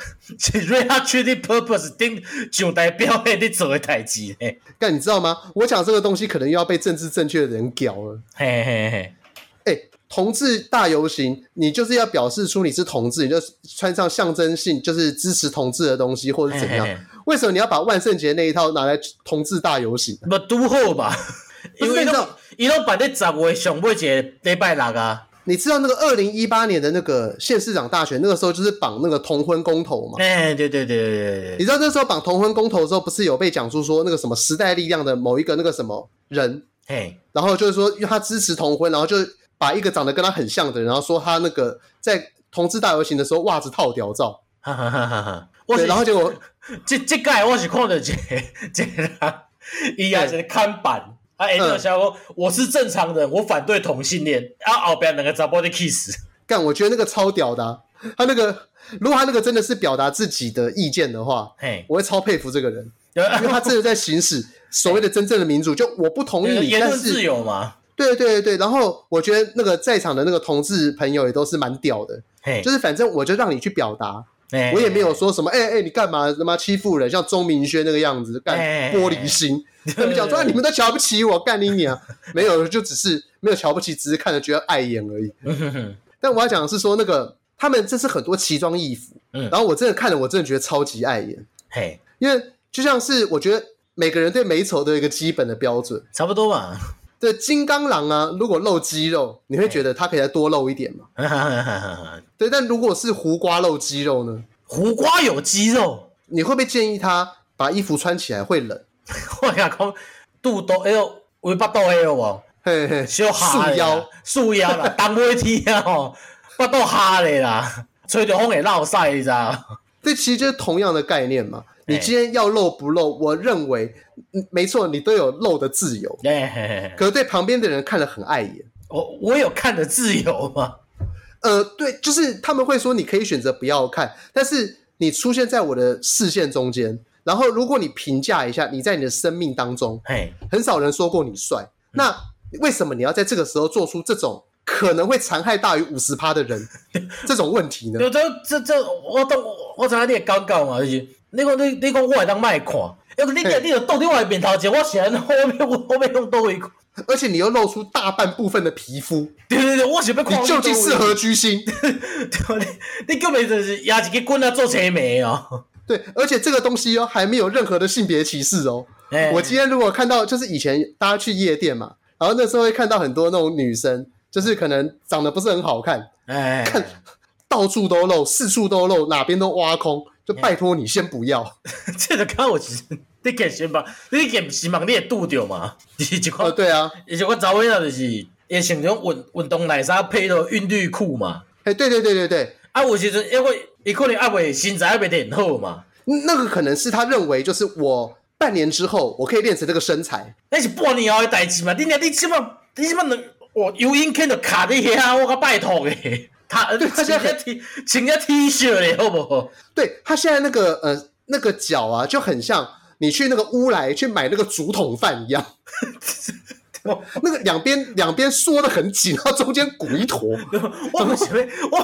reality purpose 顶上台表演你做的代志呢。 但你知道吗？我讲这个东西可能又要被政治正确的人屌了。同志大游行，你就是要表示出你是同志，你就穿上象征性就是支持同志的东西，或者怎样？为什么你要把万圣节那一套拿来同志大游行？ 不拄好吧？因为伊拢办在10月上尾一个礼拜六啊。 你知道那个2018年的那个县市长大选，那个时候就是绑那个同婚公投嘛？ 对。 你知道那时候绑同婚公投的时候，不是有被讲出说那个什么时代力量的某一个那个什么人，然后就是说因为他支持同婚，然后就把一个长得跟他很像的人，然后说他那个在同志大游行的时候袜子套屌照，对，然后结果这届我是看到一个人，伊也是看板，因就想说我是正常人，我反对同性恋，后边两个查甫在 kiss， 干，我觉得那个超屌的啊，他那个如果他那个真的是表达自己的意见的话，我会超佩服这个人，因为他真的在行使所谓的真正的民主，就我不同意你， 言论自由嘛。 对，然后我觉得那个在场的那个同志朋友也都是蛮屌的，就是反正我就让你去表达，我也没有说什么你干嘛他妈欺负人，像钟明轩那个样子干玻璃心，他们讲说你们都瞧不起我，干你娘，没有，就只是没有瞧不起，只是看着觉得碍眼而已。但我要讲的是说那个他们这是很多奇装异服，然后我真的看了我真的觉得超级碍眼，因为就像是我觉得每个人对美丑都有一个基本的标准， 差不多嘛。 对，金刚狼啊，如果露肌肉，你会觉得他可以再多露一点嘛？对，但如果是胡瓜露肌肉呢？ 胡瓜有肌肉，你会不会建议他把衣服穿起来会冷？ 我讲肚肚围巴肚的有无？小下束腰啦，当尾天啊吼，巴肚下咧啦，吹着风会落晒，你知道？ 这其实就是同样的概念嘛。你今天要露不露，我认为没错，你都有露的自由。可是对旁边的人看了很碍眼。 我有看的自由吗？ 对，就是他们会说你可以选择不要看，但是你出现在我的视线中间，然后如果你评价一下，你在你的生命当中，很少人说过你帅，那为什么你要在这个时候做出这种可能会残害大于 50% 的人这种问题呢？ 这我知道你的感觉嘛，就是你讲我会当卖看，你就倒伫我的面头前，我是安我要用倒位看， 而且你又露出大半部分的皮肤， 对，我是要看你究竟是何居心？ 你根本就是拿一个棍啊做青梅哦。 对，而且这个东西还没有任何的性别歧视哦。我今天如果看到，就是以前大家去夜店嘛，然后那时候会看到很多那种女生，就是可能长得不是很好看，看到处都露，四处都露，哪边都挖空，就拜托你先不要。 这个看我其实你给先吧，你给希望你也拄着嘛，就是一款对啊， 而且我查某仔就是也穿种运动内衫配到韵律裤嘛。 对。 啊，有时阵因为伊可能还未身材还未练好嘛， 那个可能是他认为就是我半年之后我可以练成这个身材， 那是半年后的代志嘛。你起码我游泳圈就卡在遐，我甲拜托诶。他现在穿个 T 恤嘞，好不好？ 对，他现在那个脚啊，就很像你去那个乌来去买那个竹筒饭一样。那个两边缩得很紧，然后中间鼓一坨。 我不是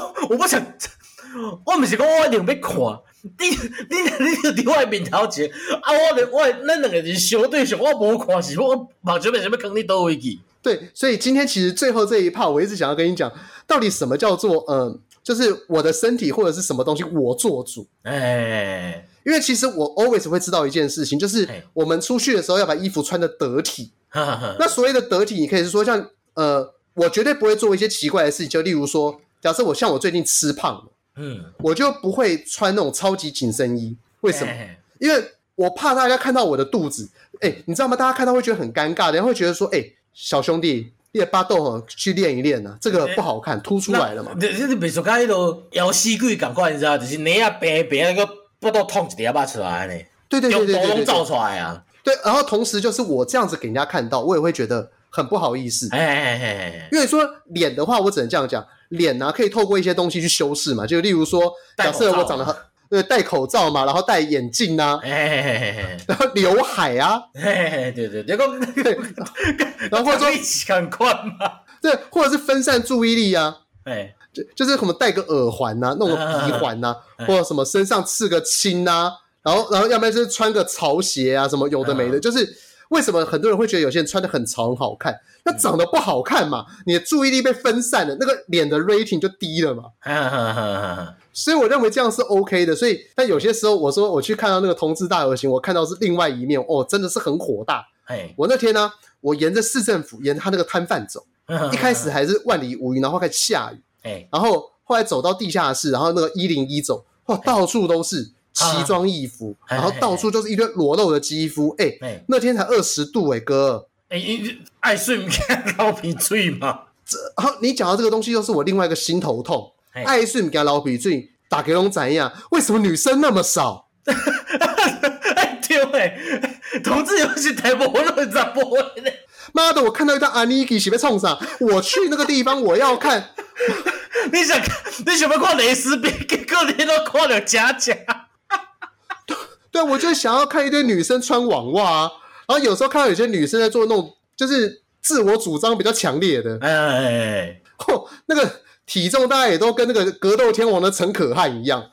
讲我一定要看，你就伫我的面头前啊！咱两个是相对上，我无看是我目睭面想要坑你倒位去。 对，所以今天其实最后这一 part， 我一直想要跟你讲，到底什么叫做就是我的身体或者是什么东西我做主。因为其实我 always 会知道一件事情，就是我们出去的时候要把衣服穿得得体。那所谓的得体，你可以是说像我绝对不会做一些奇怪的事情，就例如说，假设我最近吃胖了，我就不会穿那种超级紧身衣。为什么？因为我怕大家看到我的肚子，你知道吗？大家看到会觉得很尴尬的，然后会觉得说，小兄弟，你的巴肚去练一练啊，这个不好看，凸出来了嘛。 你袂说甲迄个腰死鬼同款，你知道，就是你啊平那个巴肚捅一条巴出来呢。对，都拢走出来啊。 对，然后同时就是我这样子给人家看到，我也会觉得很不好意思。因为说脸的话，我只能这样讲，脸啊可以透过一些东西去修饰嘛，就例如说，假设我长得很戴口罩嘛，然后戴眼镜啊，然后刘海啊， 对， 然后或者说一起看宽嘛， 对，或者是分散注意力啊，就是什么戴个耳环啊，弄个鼻环啊，或者什么身上刺个青啊。然后要不然就是穿个潮鞋啊，什么有的没的，就是为什么很多人会觉得有些人穿得很潮很好看，那长得不好看嘛，你的注意力被分散了，那个脸的 rating 就低了嘛。所以我认为这样是 OK 的。所以但有些时候我说我去看到那个同志大游行，我看到是另外一面，真的是很火大。我那天呢，我沿着市政府沿着他那个摊贩走，一开始还是万里无云，然后开始下雨，然后后来走到地下室，然后那个101走，到处都是奇装异服，然后到处就是一堆裸露的肌肤。那天才20度哥， 爱水不惊流鼻水嘛。 你讲到这个东西，又是我另外一个心头痛。爱水不惊流鼻水，大家都知道，为什么女生那么少？ 对诶，同志游戏台无论怎么呢？ 妈的！我看到一段阿尼基是被冲啥？我去那个地方，我要看。 你想要看蕾丝边，结果你都看到假。 对，我就想要看一堆女生穿网袜啊，然后有时候看到有些女生在做那种就是自我主张比较强烈的，那个体重大概也都跟那个格斗天王的陈可汗一样。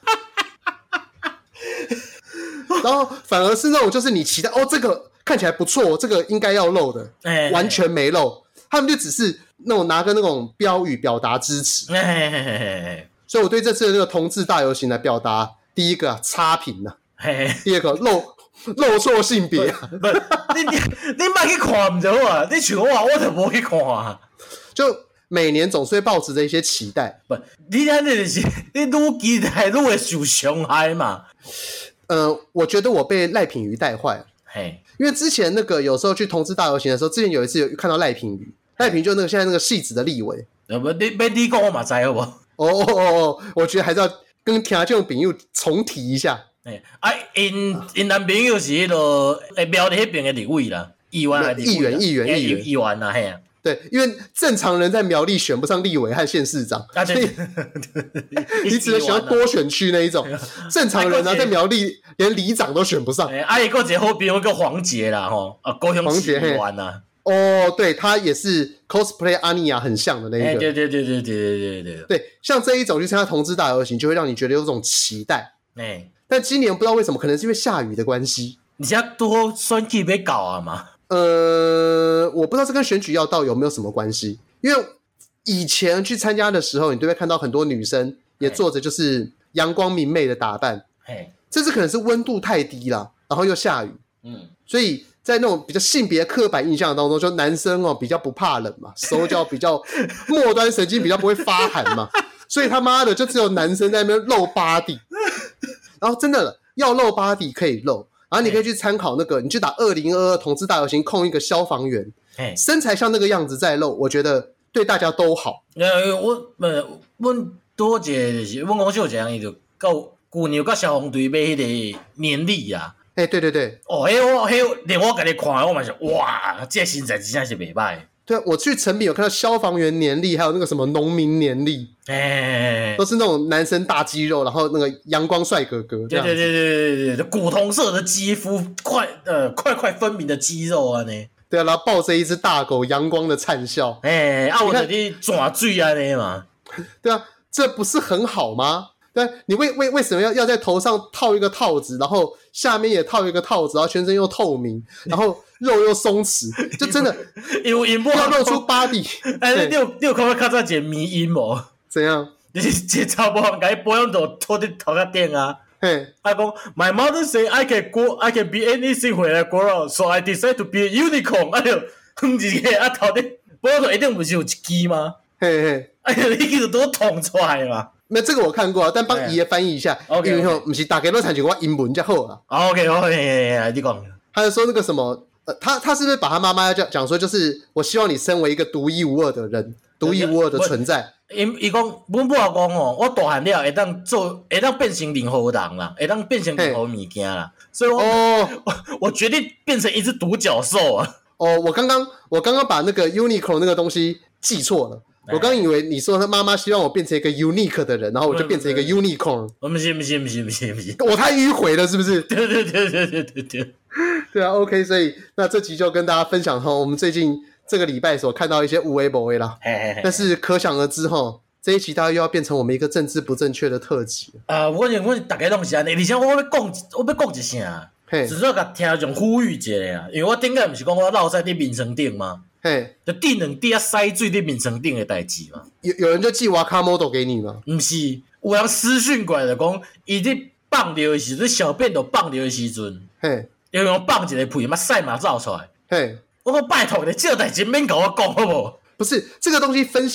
然后反而是那种就是你期待这个看起来不错，这个应该要露的，完全没露，他们就只是那种拿个那种标语表达支持。所以我对这次的那个同志大游行来表达，第一个差评啊，第二个露错性别啊。 你别去看不就好啊？你像我就没去看啊。 就每年总是会抱持着一些期待。 不，你这就是你愈期待愈会受伤害嘛。 我觉得我被赖品妤带坏了。因为之前那个有时候去同志大游行的时候，之前有一次有看到赖品妤，赖品妤就那个现在那个戏子的立委。 你讲我嘛知好不好？ 我觉得还是要跟听众朋友重提一下。 因男朋友是迄个苗栗迄边的立委啦，议员啦，议员啦，嘿啊。 对，因为正常人在苗栗选不上立委和县市长，所以你只能选到多选区那一种。正常人呢，在苗栗连里长都选不上。 伊还有一个好朋友叫黄杰啦，高雄市议员啦。 对，他也是 cosplay 阿尼亚很像的那一个。对，像这一种去参加同志大游行，就会让你觉得有种期待。但今年不知道为什么，可能是因为下雨的关系。 你现在多选举要搞啊嘛？ 我不知道这跟选举要到有没有什么关系，因为以前去参加的时候，你都会看到很多女生也做着就是阳光明媚的打扮。这次可能是温度太低了，然后又下雨，所以在那种比较性别刻板印象当中，就男生比较不怕冷嘛，手脚比较末端神经比较不会发寒嘛，所以他妈的就只有男生在那边露body，然后真的要露body可以露。然后你可以去参考那个，你去打2022同志大游行控一个消防员，身材像那个样子再露，我觉得对大家都好。 阮多一个就是阮公司有一样，伊就到旧年甲消防队买迄个年历啊。 对。 迄连我家己看，我嘛是哇，这身材真正是袂歹。 对啊，我去成品有看到消防员年历，还有那个什么农民年历，都是那种男生大肌肉，然后那个阳光帅哥哥。 对，古铜色的肌肤，块分明的肌肉啊呢。 对啊，然后抱着一只大狗，阳光的灿笑。 我就你转水安尼嘛。 对啊，这不是很好吗？对，你为什么要在头上套一个套子，然后下面也套一个套子，然后全身又透明，然后肉又松弛，就真的要露出 body。 你有看到较早一个迷因无？ 怎样？ 就是一个查某人，甲伊保养到拖伫头壳顶啊。他讲 ，My mother say I can be anything when I grow up, so I decide to be a unicorn。哎呦，哼一个头顶保养到一定不是有一支吗？哎呀，你其实都捅出来嘛。 那这个我看过啊，但帮爷爷翻译一下，因为不是大家都参照我英文才好啦。 OK， 你讲。 他就说那个什么，他是不是把他妈妈讲说，就是我希望你身为一个独一无二的人，独一无二的存在。 伊讲，阮母讲我大汉了会当变成任何人啦，会当变成任何物件啦，所以我决定变成一只独角兽啊。 我刚刚把那个 unicorn 那个东西记错了。我刚以为你说他妈妈希望我变成一个 unique 的人，然后我就变成一个 unicorn。不是，我太迂回了，是不是？ 对。 对啊 ，OK， 所以那这集就跟大家分享我们最近这个礼拜所看到一些有的没的啦。但是可想而知这一期大概又要变成我们一个政治不正确的特辑。 我大家拢是安尼，而且我要讲一声，只是甲听众呼吁一下啊，因为我顶个不是讲我落在你面床顶吗？就滴两滴塞水在面床顶的代志嘛。 有人就寄瓦卡 model 给你吗？ 不是，有人私讯过来就讲，伊在放尿的时阵，小便都放尿的时阵，要用放一个屁嘛，屎嘛走出来。我说拜托你，这个代志免跟我讲好不好？ 不是这个东西分享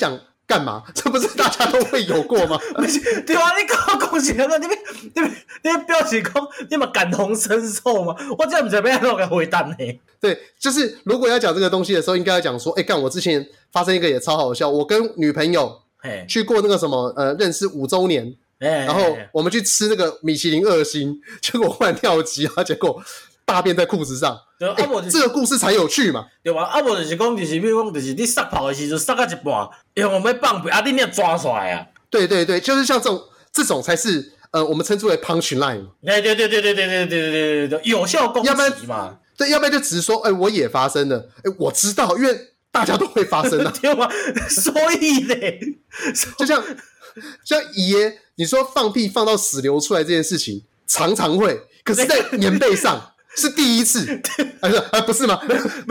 干嘛？这不是大家都会有过吗？ 不是对啊，你讲恭喜那你表示讲你嘛感同身受嘛？我真不知道要怎么回答呢。 对，就是如果要讲这个东西的时候，应该要讲说，干我之前发生一个也超好笑，我跟女朋友去过那个什么认识5周年，然后我们去吃那个米其林2星，结果忽然跳机啊，结果大便在裤子上。这个故事才有趣嘛， 对吧？啊，无就是讲，就是比如讲，就是你撒泡的时候撒到一半，因为我们放屁啊，你要抓出来啊。 对对对，就是像这种才是我们称之为 punch line。 对，有效攻击嘛。 对，要不然就只是说，我也发生了，我知道，因为大家都会发生啊， 对吗？所以嘞， 就像爷，你说放屁放到屎流出来这件事情，常常会，可是在棉被上。是第一次，不是吗？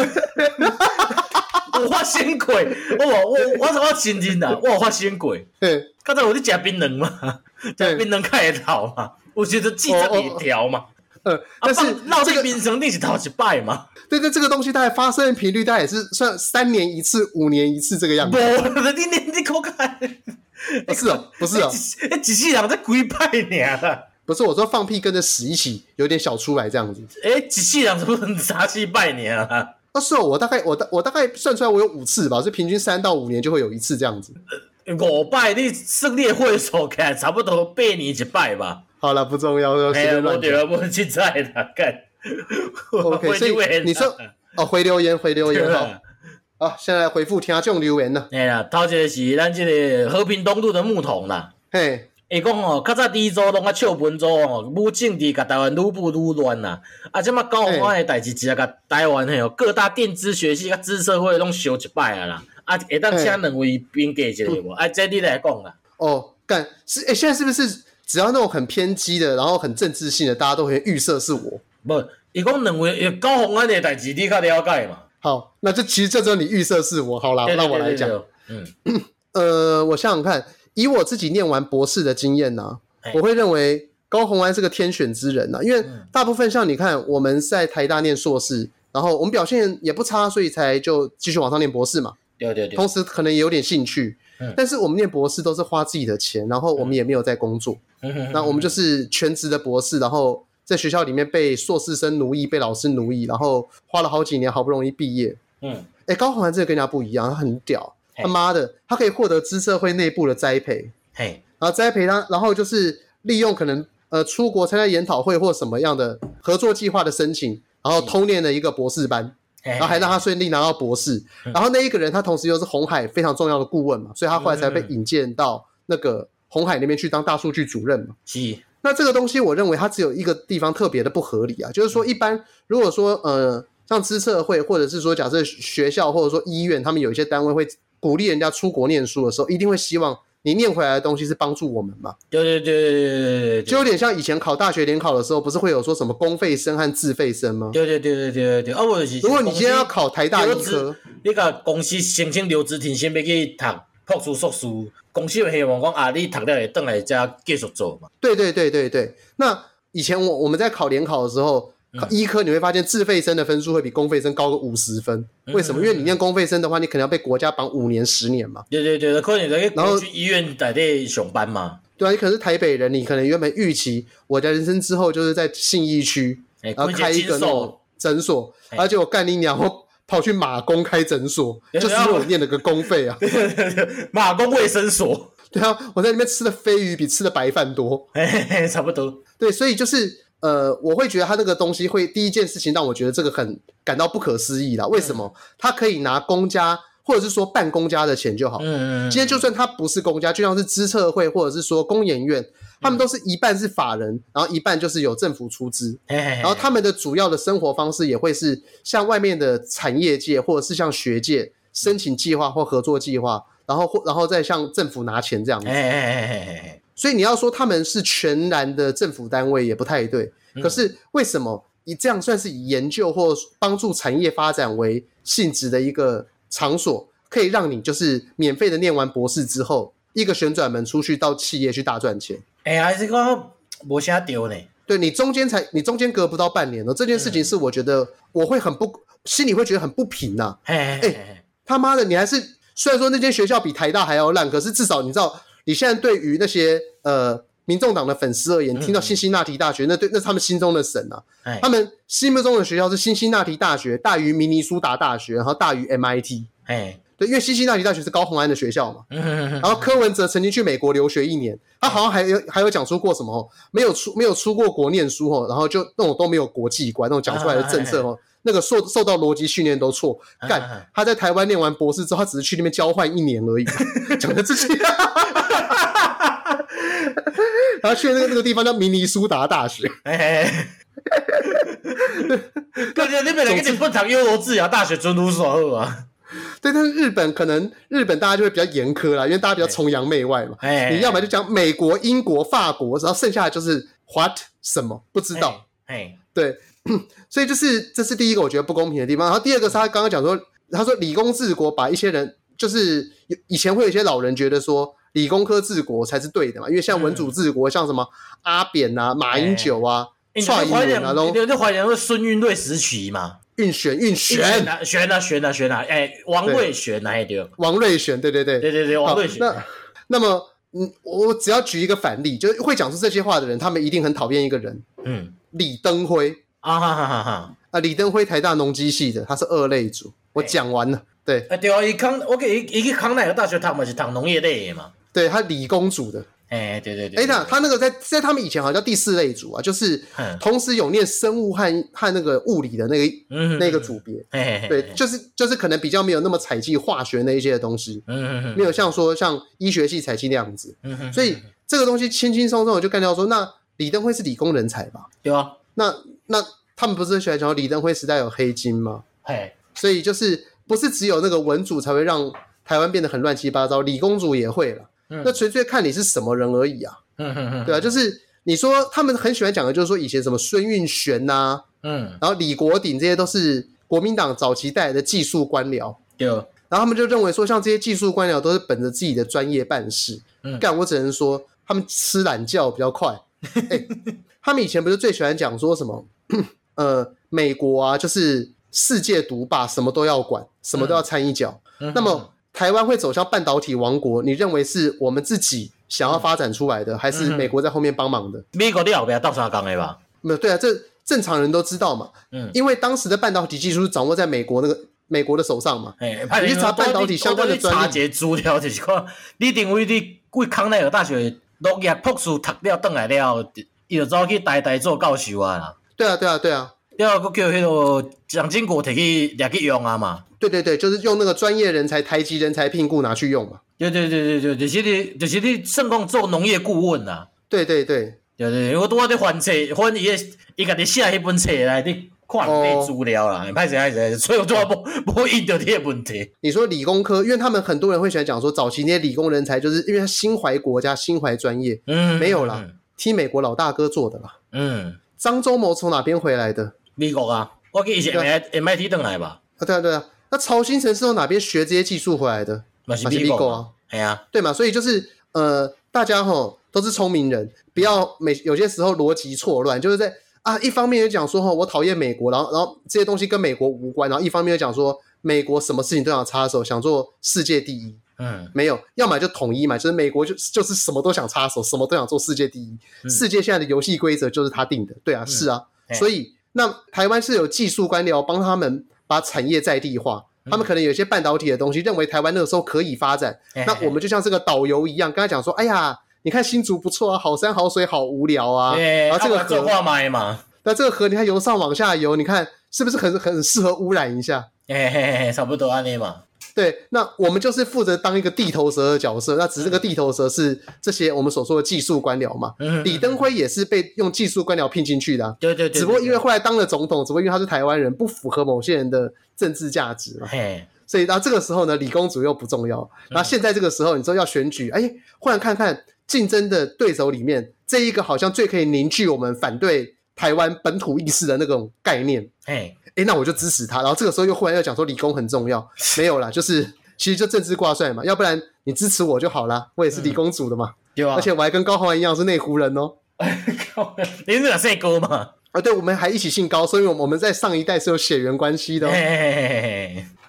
我发生过，我承认啦，我有发生过。刚才我在吃槟榔嘛，吃槟榔开得头嘛，我觉得记着一条嘛。 但是绕这个槟榔你是头一摆嘛？ 对，这个东西大概发生的频率大概也是算3年一次、5年一次这个样子。 你口看， 不是哦， 一世人才几摆尔啦。 不是我说放屁跟着屎一起有点小出来这样子。 一世人怎么3、4摆尔啊？ 是哦，我大概算出来我有5次吧，所以平均3到5年就会有一次这样子。 5摆你算你的会数起来差不多8年一摆吧。 好了，不重要， 哎呀，我对啊，我现在啦，干。 OK， 所以你说回留言好，现在来回复听众留言了。 哎呀，头一个是咱这个和平东路的牧童啦。 嘿。 伊讲较早第一组拢笑本组武政治甲台湾愈步愈乱啦。即马高虹安的代志，直接甲台湾各大电资学系甲资社会拢烧一摆啊啦。会当请2位评价一下无？这你来讲啦。 干是现在是不是只要那种很偏激的，然后很政治性的，大家都会预设是我？ 不，伊讲2位高虹安的代志，你较了解嘛？ 好，那其实这只有你预设是我。好啦，让我来讲。我想想看。以我自己念完博士的经验啊，我会认为高虹安是个天选之人啊，因为大部分像你看我们在台大念硕士，然后我们表现也不差，所以才就继续往上念博士嘛。 对， 同时可能也有点兴趣，但是我们念博士都是花自己的钱，然后我们也没有在工作，那我们就是全职的博士，然后在学校里面被硕士生奴役，被老师奴役，然后花了好几年好不容易毕业。高虹安这个跟人家不一样，他很屌。他妈的，他可以获得资社会内部的栽培，然后栽培他，然后就是利用可能出国参加研讨会或什么样的合作计划的申请，然后偷念了一个博士班，然后还让他顺利拿到博士。然后那一个人他同时又是鸿海非常重要的顾问嘛，所以他后来才被引荐到那个鸿海那边去当大数据主任嘛。那这个东西我认为它只有一个地方特别的不合理啊，就是说一般如果说像资社会或者是说假设学校或者说医院，他们有一些单位会鼓励人家出国念书的时候，一定会希望你念回来的东西是帮助我们嘛？ 对， 就有点像以前考大学联考的时候，不是会有说什么公费生和自费生吗？ 对。 如果你今天要考台大医科， 你甲公司申请留职停薪要去读博士硕士，公司会希望讲你读了会回来再继续做嘛？ 对。那以前我们在考联考的时候。医科你会发现自费生的分数会比公费生高个50分，为什么？因为你念公费生的话，你可能要被国家绑5年10年嘛。对， 可能就去医院内底上班嘛。 对啊，你可能是台北人，你可能原本预期我的人生之后就是在信义区，然后开一个那种诊所，而且我干你娘，我跑去马公开诊所，就是因为我念了个公费啊。 马公卫生所。 对啊，我在那边吃的鲱鱼比吃的白饭多。 差不多。 对，所以就是。我会觉得他那个东西会第一件事情让我觉得这个很感到不可思议啦。为什么？他可以拿公家或者是说半公家的钱就好。今天就算他不是公家，就像是资策会或者是说工研院，他们都是一半是法人，然后一半就是有政府出资，然后他们的主要的生活方式也会是像外面的产业界或者是像学界申请计划或合作计划，然后再向政府拿钱这样子。所以你要说他们是全然的政府单位也不太对，可是为什么以这样算是以研究或帮助产业发展为性质的一个场所，可以让你就是免费的念完博士之后，一个旋转门出去到企业去大赚钱？ 还是说没啥丢呢？ 对，你中间隔不到半年了，这件事情是我觉得我会心里会觉得很不平啊。他妈的，你还是虽然说那间学校比台大还要烂，可是至少你知道，你现在对于那些民众党的粉丝而言，听到辛辛那提大学，那是他们心中的神啊。他们心目中的学校是辛辛那提大学大于明尼苏达大学，然后大于 MIT。对，因为辛辛那提大学是高虹安的学校嘛。然后柯文哲曾经去美国留学1年，他好像还有讲出过什么没有出过国念书然后就那种都没有国际观，那种讲出来的政策那个受到逻辑训练都错。干，他在台湾念完博士之后，他只是去那边交换1年而已，讲的自己。然后去那个地方叫明尼苏达大学。 感觉你本来跟日本读优罗智雅大学准如所好啊。 对，但是日本大家就会比较严苛啦，因为大家比较崇洋媚外嘛。你要么就讲美国、英国、法国，然后剩下的就是 what 什么不知道。对，所以这是第一个我觉得不公平的地方。然后第二个是他刚刚讲说，他说理工治国把一些人，就是以前会有一些老人觉得说理工科治国才是对的嘛，因为像文主治国，像什么阿扁啊、马英九啊、蔡英文啊， 你怀念是孙运瑞时期嘛？运璇啊，王瑞璇啊，对， 王瑞璇，对， 王瑞璇。 那么，我只要举一个反例，就是会讲出这些话的人，他们一定很讨厌一个人，李登辉啊，李登辉台大农机系的，他是二类组，我讲完了，对， 对啊，我给他去康奈尔大学读嘛是读农业类的嘛， 对，他理工组的。 对， 他那个在他们以前好像叫第4类组啊，就是同时有念生物和那个物理的那个组别。对，就是可能比较没有那么采集化学那一些的东西，没有像医学系采集那样子。所以这个东西轻轻松松我就干掉说，那李登辉是理工人才吧？ 对啊。 那他们不是喜欢讲李登辉时代有黑金吗？所以就是不是只有那个文组才会让台湾变得很乱七八糟，理工组也会了。那纯粹看你是什么人而已啊。对啊，就是你说他们很喜欢讲的就是说以前什么孙运璇啊，然后李国鼎，这些都是国民党早期带来的技术官僚。 对， 然后他们就认为说像这些技术官僚都是本着自己的专业办事。干，我只能说他们吃懒觉比较快。他们以前不是最喜欢讲说什么美国啊就是世界独霸，什么都要管，什么都要掺一脚。那么台湾会走向半导体王国，你认为是我们自己想要发展出来的，还是美国在后面帮忙的？ 美国在后面倒三缸的吧？ 没有，对啊，这正常人都知道嘛。因为当时的半导体技术是掌握在美国的手上嘛。你去查半导体相关的专利， 查一个资料就是看，你认为你为康奈尔大学农业博士读了回来了，伊就走去台做教授啊啦。 对啊。 了，佮叫迄个蒋经国摕去用啊嘛。 对，就是用那个专业人才、台籍人才聘雇拿去用嘛。 对，就是你算讲做农业顾问啊。 对， 我拄仔在翻伊家己写迄本册来，你看那资料啦，歹势，所以我拄仔无印到这个问题。 你说理工科，因为他们很多人会喜欢讲说，早期那些理工人才，就是因为他心怀国家、心怀专业。没有啦，听美国老大哥做的啦。张忠谋从哪边回来的？ 美国啊，我记以前 MIT 回来吧。 对啊。那曹新成是从哪边学这些技术回来的？ 嘛是美国啊。 对嘛，所以就是大家都是聪明人，不要有些时候逻辑错乱，就是在一方面就讲说我讨厌美国，然后这些东西跟美国无关，然后一方面就讲说美国什么事情都想插手，想做世界第一。没有，要么就统一嘛，就是美国就是什么都想插手，什么都想做世界第一。世界现在的游戏规则就是他定的。对啊，是啊。所以那台湾是有技术官僚帮他们把产业在地化，他们可能有些半导体的东西认为台湾那个时候可以发展，那我们就像这个导游一样跟他讲说，哎呀你看新竹不错啊，好山好水好无聊啊，然后这个河那这个河你看由上往下游，你看是不是很适合污染一下？ 差不多这样嘛。 对，那我们就是负责当一个地头蛇的角色，那只是这个地头蛇是这些我们所说的技术官僚嘛。李登辉也是被用技术官僚聘进去的。对，只不过因为后来当了总统，只不过因为他是台湾人，不符合某些人的政治价值嘛。所以到这个时候呢，理工组又不重要。然后现在这个时候你说要选举，忽然看看竞争的对手里面，这一个好像最可以凝聚我们反对台湾本土意识的那种概念。那我就支持他。然后这个时候又忽然要讲说理工很重要，没有啦，就是其实就政治挂帅嘛，要不然你支持我就好啦，我也是理工组的嘛。而且我还跟高虹安一样是内湖人哦。 你是姓高嘛？ 对，我们还一起姓高，所以我们在上一代是有血缘关系的哦。对啊，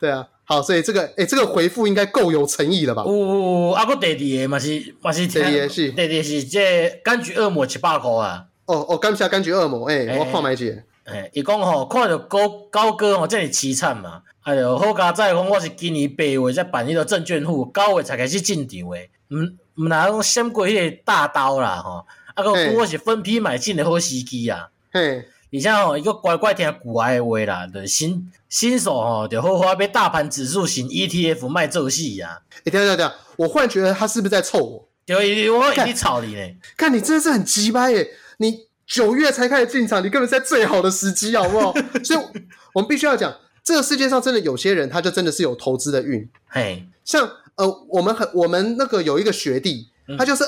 好，所以这个回复应该够有诚意了吧？ 啊，搁第二个嘛是第二个是这柑橘恶魔700块啊。 感谢柑橘恶魔，我看卖者。 伊讲吼，看到高哥吼，这么凄惨嘛，哎呦，好佳哉讲我是今年8月才办迄个证券户，9月才开始进场诶，毋哪讲闪过迄个大刀啦吼，啊个我是分批买进的好时机啊。嘿。而且吼，伊个乖乖听古埃的话啦，就是新手吼，就好好要大盘指数型 ETF 卖做戏啊。 等，我忽然觉得他是不是在凑我？ 对，我一直吵你呢。 看你真的是很鸡掰耶！你9月才开始进场，你根本在最好的时机，好不好？所以我们必须要讲，这个世界上真的有些人，他就真的是有投资的运。嘿，像我们那个有一个学弟，他就是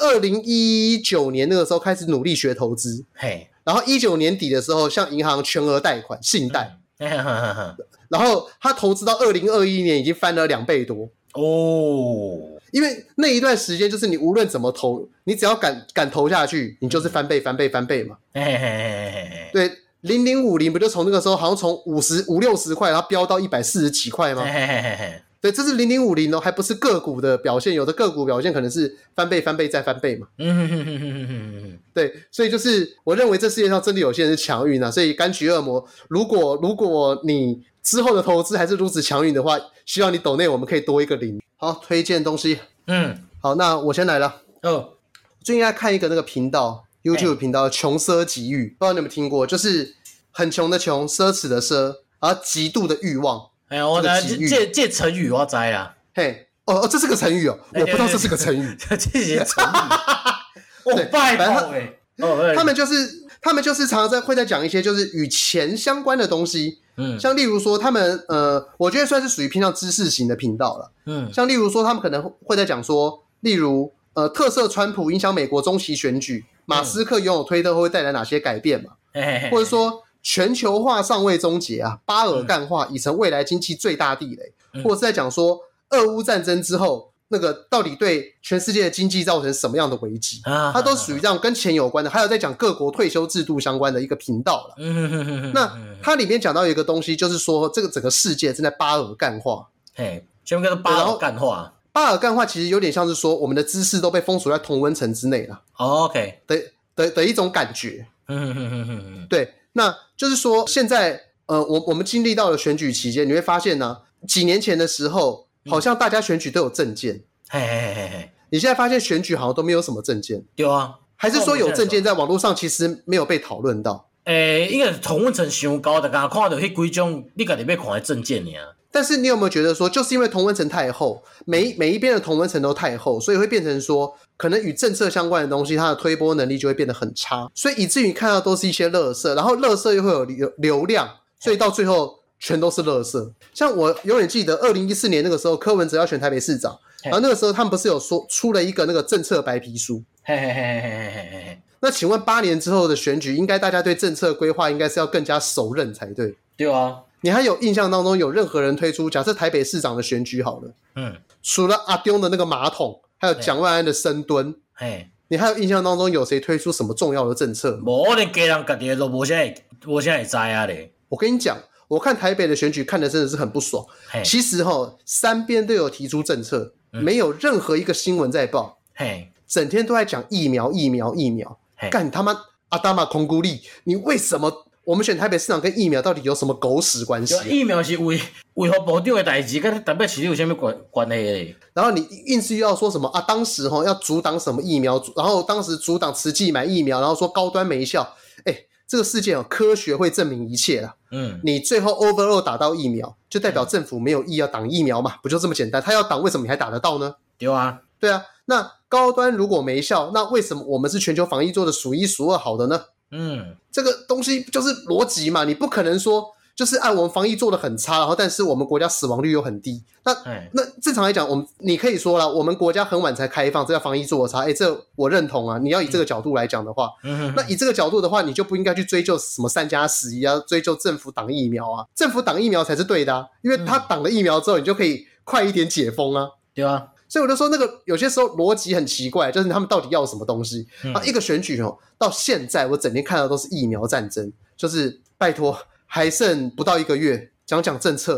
2019年那个时候开始努力学投资。嘿。然后19年底的时候，向银行全额贷款信贷，然后他投资到2021年已经翻了2倍多哦。因为那一段时间就是你无论怎么投，你只要敢投下去，你就是翻倍嘛。对，0050不就从那个时候好像从50-60块，然后飙到140几块吗？对，这是0050哦，还不是个股的表现，有的个股表现可能是翻倍再翻倍嘛。对，所以就是我认为这世界上真的有些人是强运啊，所以柑橘恶魔，如果你之后的投资还是如此强运的话，希望你抖内我们可以多一个0。好，推荐东西。好，那我先来了。最近在看一个那个频道 ，YouTube 频道，穷奢极欲，不知道你有没有听过？就是很穷的穷，奢侈的奢，然后极度的欲望。 我这成语我知啦。 嘿，这是个成语哦，我不知道这是个成语。 这是成语。对，拜托他们就是常常会在讲一些就是与钱相关的东西。像例如说他们我觉得算是属于偏向知识型的频道了。像例如说他们可能会在讲说，例如特色川普影响美国中期选举，马斯克拥有推特会带来哪些改变嘛？或者说全球化尚未终结啊，巴尔干化已成未来经济最大地雷，或者是在讲说俄乌战争之后，那个到底对全世界的经济造成什么样的危机？它都属于这样跟钱有关的，还有在讲各国退休制度相关的一个频道了。那它里面讲到有一个东西，就是说这个整个世界正在巴尔干化。 全部叫做巴尔干化。 巴尔干化其实有点像是说我们的知识都被封锁在同温层之内了。 OK 的一种感觉。对。那就是说现在我们经历到了选举期间，你会发现呢，几年前的时候好像大家选举都有政见。你现在发现选举好像都没有什么政见。 对啊， 还是说有政见在网络上其实没有被讨论到？ 应该是同温层伤高，大家看到那几种你自己要看的政见尔。 但是你有没有觉得说，就是因为同温层太厚，每一边的同温层都太厚，所以会变成说，可能与政策相关的东西，它的推波能力就会变得很差，所以以至于看到都是一些垃圾，然后垃圾又会有流量，所以到最后全都是垃圾。像我永远记得2014年那个时候，柯文哲要选台北市长，然后那个时候他们不是有说出了一个那个政策白皮书。那请问8年之后的选举，应该大家对政策规划应该是要更加熟认才对。 对啊。 你还有印象当中有任何人推出，假设台北市长的选举好了，除了阿丢的那个马桶，还有蒋万安的深蹲，你还有印象当中有谁推出什么重要的政策？ 我连家人家己都无啥会知啊咧。 我跟你讲，我看台北的选举看的真的是很不爽。其实三边都有提出政策，没有任何一个新闻在报，整天都在讲疫苗，干他妈阿达玛空孤立，你为什么？我们选台北市长跟疫苗到底有什么狗屎关系？ 疫苗是为护部长的代志，跟台北市有什么关系嘞？ 然后你硬是要说什么啊？当时要阻挡什么疫苗，然后当时阻挡慈济买疫苗，然后说高端没效。这个世界科学会证明一切啦。你最后 overall 打到疫苗，就代表政府没有意要挡疫苗嘛？不就这么简单？他要挡，为什么你还打得到呢？ 对啊。 那高端如果没效，那为什么我们是全球防疫做的数1数2好的呢？这个东西就是逻辑嘛，你不可能说就是我们防疫做得很差，然后但是我们国家死亡率又很低。那正常来讲，你可以说啦，我们国家很晚才开放，这叫防疫做得差。这我认同啊。你要以这个角度来讲的话，那以这个角度的话，你就不应该去追究什么3+11啊，追究政府挡疫苗啊。政府挡疫苗才是对的啊，因为他挡了疫苗之后，你就可以快一点解封啊。 对啊。 所以我就说那个有些时候逻辑很奇怪，就是他们到底要什么东西。一个选举到现在我整天看到都是疫苗战争，就是拜托还剩不到1个月，讲政策吧。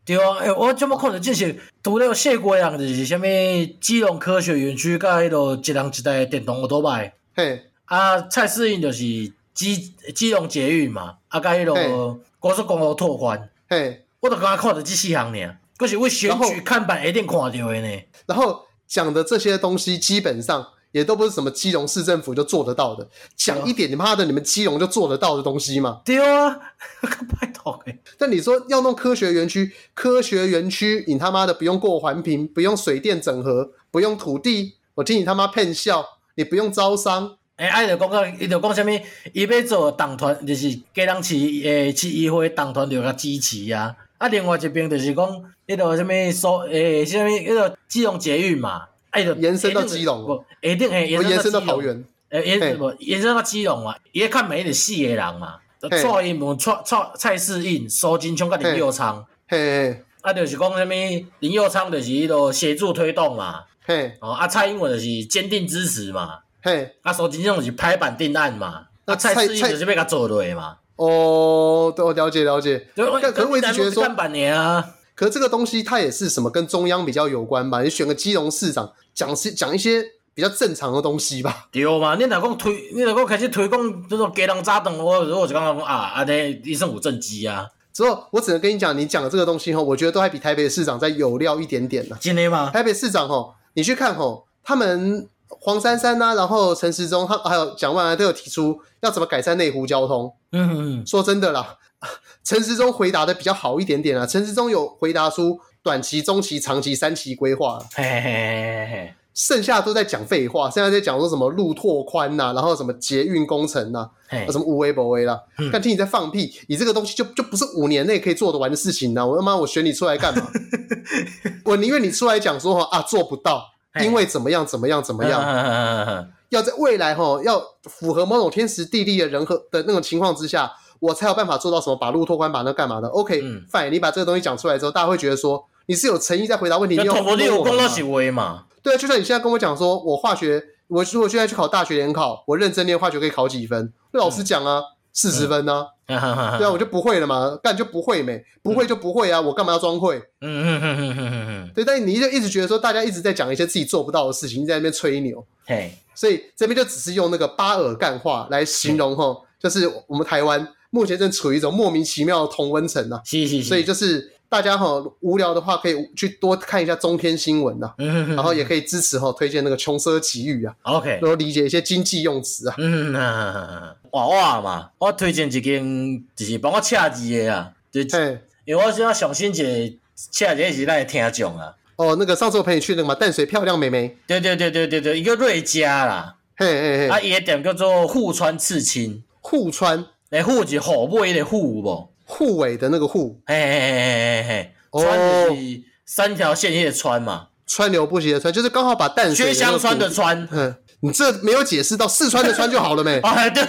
对啊，我怎么看到这是除了谢国人，就是什么基隆科学园区，甲迄落一人一台电动摩托摆。 嘿， 啊，蔡适应就是基隆捷运嘛，啊，甲迄落高速公路拓宽。 嘿， 我就刚刚看到这4项尔，可是我选举看板一定看到的呢。 然后讲的这些东西，基本上也都不是什么基隆市政府就做得到的，讲一点你妈的你们基隆就做得到的东西嘛。 对啊，拜托欸。 但你说要弄科学园区，你他妈的不用过环评，不用水电整合，不用土地，我听你他妈骗笑，你不用招商。 伊就讲啥物？伊要做党团，就是基隆市市议会党团就甲支持啊。啊，另外一边就是讲迄个啥物啥物迄个基隆捷运嘛，就延伸到基隆， 一定延伸到桃园， 延伸到基隆嘛。伊咧看每日4个人嘛，蔡英文、蔡适应、苏金昌甲林佑昌。 嘿， 啊，就是讲啥物林佑昌就是迄个协助推动嘛。 嘿， 啊，蔡英文就是坚定支持嘛。 嘿， 啊，苏金昌就是拍板定案嘛。啊，蔡适应就是要甲做落嘛。 哦，对，我了解。可是我一直觉得说，可是这个东西它也是什么跟中央比较有关吧？你选个基隆市长，讲一些比较正常的东西吧。 对嘛？你若讲开始推广这种鸡蛋炸蛋，我就感觉讲安尼你算有政绩啊。 之后我只能跟你讲，你讲的这个东西我觉得都还比台北市长再有料一点点啦。 真的吗？ 台北市长你去看他们黄珊珊然后陈时中还有蒋万安都有提出要怎么改善内湖交通。说真的啦，陈时中回答的比较好一点点啦。陈时中有回答出短期、中期、长期3期规划，剩下都在讲废话，现在在讲说什么路拓宽然后什么捷运工程什么无为不为啦。但听你在放屁，你这个东西就不是5年内可以做得完的事情我他妈我选你出来干嘛？我宁愿你出来讲说做不到，因为怎么样，要在未来要符合某种天时地利的人和的那种情况之下，我才有办法做到什么把路拓宽，把那干嘛的。OK， fine， 你把这个东西讲出来之后，大家会觉得说你是有诚意在回答问题。你有讲到是为嘛？对啊，就像你现在跟我讲说，我如果现在去考大学联考，我认真念化学可以考几分？老师讲40分对啊，我就不会了嘛，干就不会没，不会就不会啊，我干嘛要装会？对，但你就一直觉得说，大家一直在讲一些自己做不到的事情，在那边吹牛，所以这边就只是用那个巴尔干话来形容就是我们台湾目前正处于一种莫名其妙的同温层所以就是大家无聊的话可以去多看一下中天新闻然后也可以支持推荐那个穷奢极欲 OK， 然后理解一些经济用词我嘛，我推荐一间就是帮我测字的因为我现在上新一个测字是咱的听众那个上次我陪你去那个嘛，淡水漂亮妹妹， 对，一个瑞佳啦，伊的店叫做户川刺青， 户川， 户是虎尾的户有无？ 户尾的那个户， 川就是3条线那个川嘛， 川流不息的川，就是刚好把淡水薛香川的川。 你这没有解释到四川的川就好了没？ 对，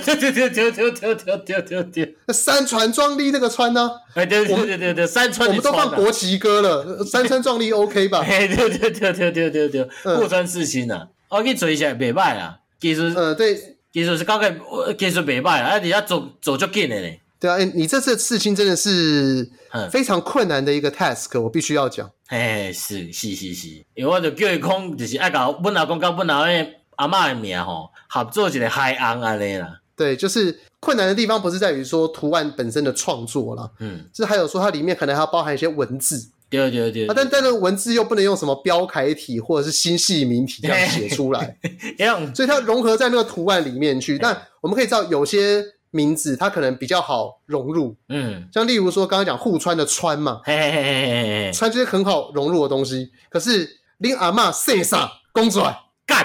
那山川壮丽那个川呢？ 对，山川我们都放国旗歌了，山川壮丽 OK 吧？ 对，户川刺青我去做一下袂歹啦，技术对， 技术是高个技术袂歹啦，而且走足紧的咧。 对啊，你这次的刺青真的是非常困难的一个 task， 我必须要讲。 是，因为我就叫伊讲，就是爱甲阮老公甲阮老的阿嬷的名合作一个海昂安尼啦。 对，就是困难的地方不是在于说图案本身的创作啦，是还有说它里面可能还要包含一些文字。 对， 但那个文字又不能用什么标楷体或者是新细明体这样写出来，所以它融合在那个图案里面去。但我们可以知道有些名字它可能比较好融入，像例如说刚刚讲户川的川嘛，川就是很好融入的东西。可是恁阿嬷说啥讲出来干，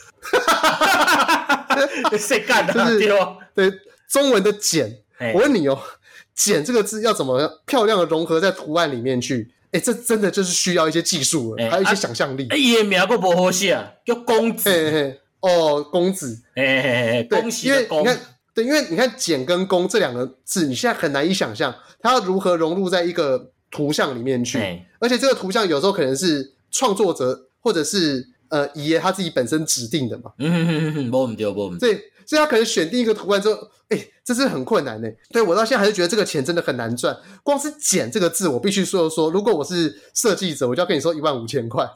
谁干的？ 对中文的简，我问你简这个字要怎么漂亮的融合在图案里面去？这真的就是需要一些技术了，还有一些想象力。 伊的名还不好写，叫公子。 公子， 恭喜的恭。 因为你看简跟公这2个字，你现在很难以想象它要如何融入在一个图像里面去，而且这个图像有时候可能是创作者或者是爷他自己本身指定的嘛， 没对， 所以他可能选定一个图案之后， 这是很困难的。对，我到现在还是觉得这个钱真的很难赚。光是减这个字，我必须说，如果我是设计者，我就要跟你说15000块。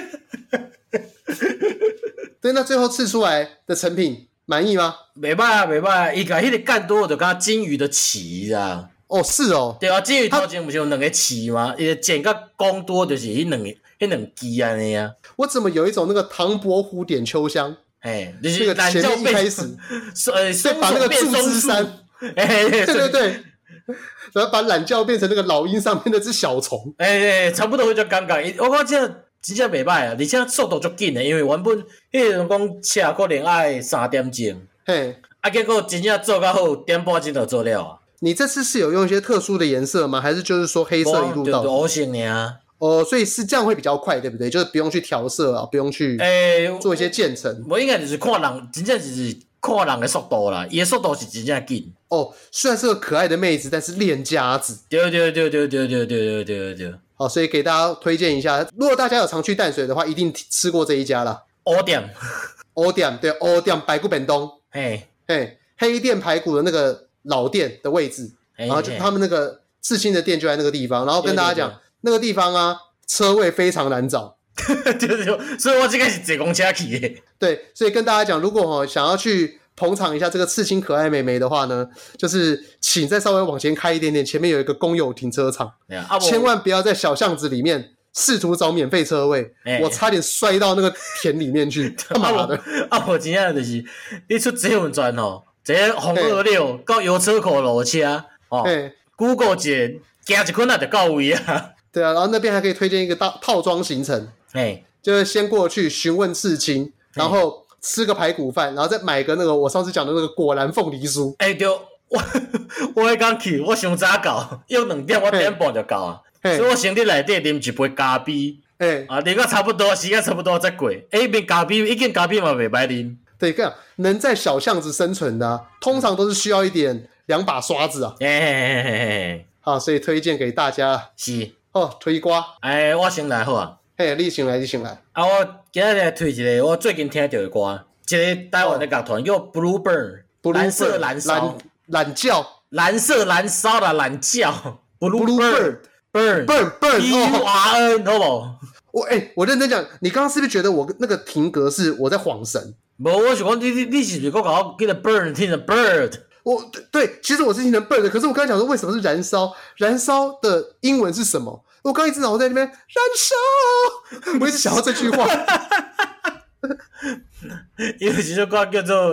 对，那最后刺出来的成品满意吗？ 袂歹啊，袂歹啊，伊甲迄个干多就甲金鱼的鳍啊。 哦，是哦。 对啊，金鱼头前不是有2个鳍吗？伊剪甲公多就是迄两支安尼啊。 我怎么有一种那个唐伯虎点秋香？ 就是那个前面一开始， 对， 把那个祝枝山，对，然后把懒觉变成那个老鹰上面那只小虫， 差不多迄种感觉。我讲这真正袂歹啊，而且速度足紧的，因为原本迄阵讲车可能要3点钟，结果真正做到好1点半钟就做了啊。 你这次是有用一些特殊的颜色吗？还是就是说黑色一路到？ 就黑色尔。 哦，所以是这样会比较快，对不对？就是不用去调色啊，不用去做一些渐层。 我应该就是看人，真正就是看人的速度啦，伊的速度是真正紧。 哦，虽然是个可爱的妹子，但是练家子。 对。 好，所以给大家推荐一下，如果大家有常去淡水的话，一定吃过这一家啦。 乌店， 对，乌店排骨便当。黑店排骨的那个老店的位置，然后就他们那个刺青的店就在那个地方，然后跟大家讲。那个地方啊，车位非常难找。 对，所以我这个是坐公车去的。 对，所以跟大家讲，如果想要去捧场一下这个刺青可爱妹妹的话呢，就是请再稍微往前开一点点，前面有一个公有停车场，千万不要在小巷子里面试图找免费车位。我差点摔到那个田里面去，干嘛的？ 我真正就是你出捷运站哦，这红26到油车口落车哦 ，Google 一行一困就到位啊。 对啊，然后那边还可以推荐一个套装行程，就是先过去询问刺青，然后吃个排骨饭，然后再买个那个我上次讲的那个果然凤梨酥。 对，我迄天去，我伤早到，约2点，我1点半就到啊，所以我先伫内底啉一杯咖啡，啉到差不多时间差不多再过，边咖啡一件咖啡嘛袂歹啉。 对，这样能在小巷子生存的啊，通常都是需要一点2把刷子啊。好，所以推荐给大家。 是。 推歌。 我先来好啊。 你先来。 我今日来推一个我最近听到的歌，一个台湾的乐团叫 Bluebird， 蓝色燃烧， 懒觉， 蓝色燃烧的懒觉 ，Bluebird burn burn， 好不？ 我认真讲，你刚刚是不是觉得我那个停格是我在晃神？ 无，我是讲你是不是讲我记得 burn 听成 bird？ 对，其实我是听成 bird， 可是我刚才讲说为什么是燃烧？燃烧的英文是什么？我刚一直脑在那边燃烧，我一直想要这句话。 因为这首歌叫做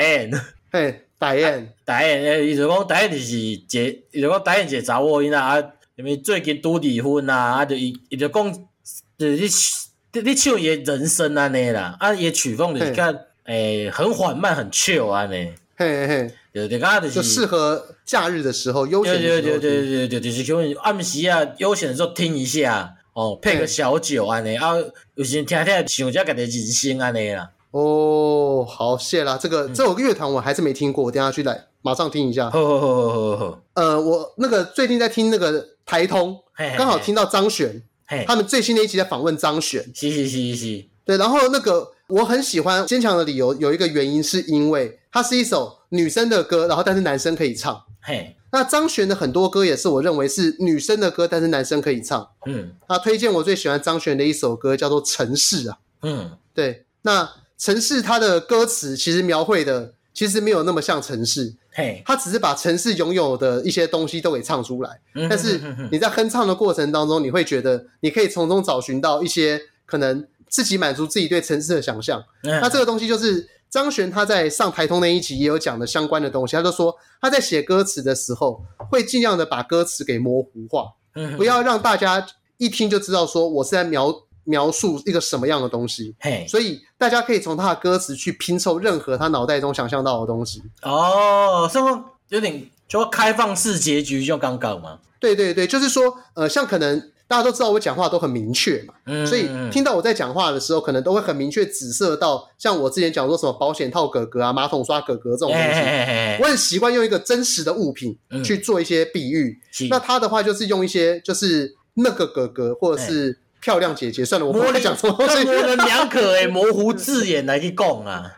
Diane，Diane，伊就讲 Diane 就是伊就讲 Diane 一个查某囡仔啊，因为最近拄离婚啊，就伊就讲，就是你唱伊的人生安尼啦，伊的曲风就是较很缓慢，很 chill 安尼。就适合假日的时候悠闲的时候。 对，就是可能暗时啊悠闲的时候听一下配个小酒安尼啊，有时听想一下家己的人生安尼啦。 好，谢啦。这首乐团我还是没听过，我等一下去来马上听一下。 好。 我那个最近在听那个台通，刚好听到张悬，他们最新的一集在访问张悬。 是。 对，然后那个我很喜欢《坚强的理由》，有一个原因是因为它是一首女生的歌，然后但是男生可以唱。那张悬的很多歌也是我认为是女生的歌，但是男生可以唱。他推荐我最喜欢张悬的一首歌叫做《城市》啊。对，那城市它的歌词其实描绘的其实没有那么像城市，他只是把城市拥有的一些东西都给唱出来。但是你在哼唱的过程当中，你会觉得你可以从中找寻到一些可能自己满足自己对城市的想象。那这个东西就是张悬他在上台通那一集也有讲的相关的东西。他就说他在写歌词的时候会尽量的把歌词给模糊化，不要让大家一听就知道说我是在描述一个什么样的东西。所以大家可以从他的歌词去拼凑任何他脑袋中想象到的东西。 是吗？有点就开放式结局就刚刚嘛。对， 就是说像可能大家都知道我讲话都很明确嘛，所以听到我在讲话的时候可能都会很明确指涉到像我之前讲说什么保险套哥哥啊、马桶刷哥哥这种东西。我很习惯用一个真实的物品去做一些比喻。那他的话就是用一些就是那个哥哥或者是漂亮姐姐，算了，我不会讲什么东西， 模棱两可模糊字眼来去讲啊。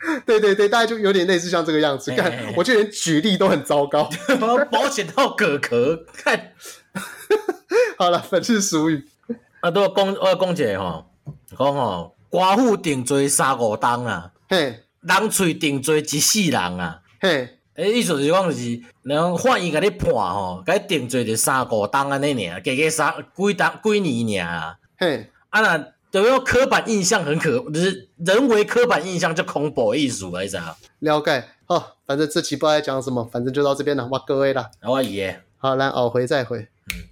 对对对，大概就有点类似像这个样子。看，我觉得连举例都很糟糕。 保险套壳壳，看。 好了，本次俗语啊，都我讲一个吼，讲吼，官府定罪3-5冬啊， 嘿， 人喙定罪一世人啊， 嘿， 意思就是讲就是，人法院甲你判吼，甲你定罪就3-5冬安尼尔，加几年尔， 嘿， 啊那就用刻板印象就是人为刻板印象就恐怖的意思啊，你知道？ 了解。好，反正这期不知道在讲什么，反正就到这边了，哇，各位啦， 我爷。 好，来，回再回。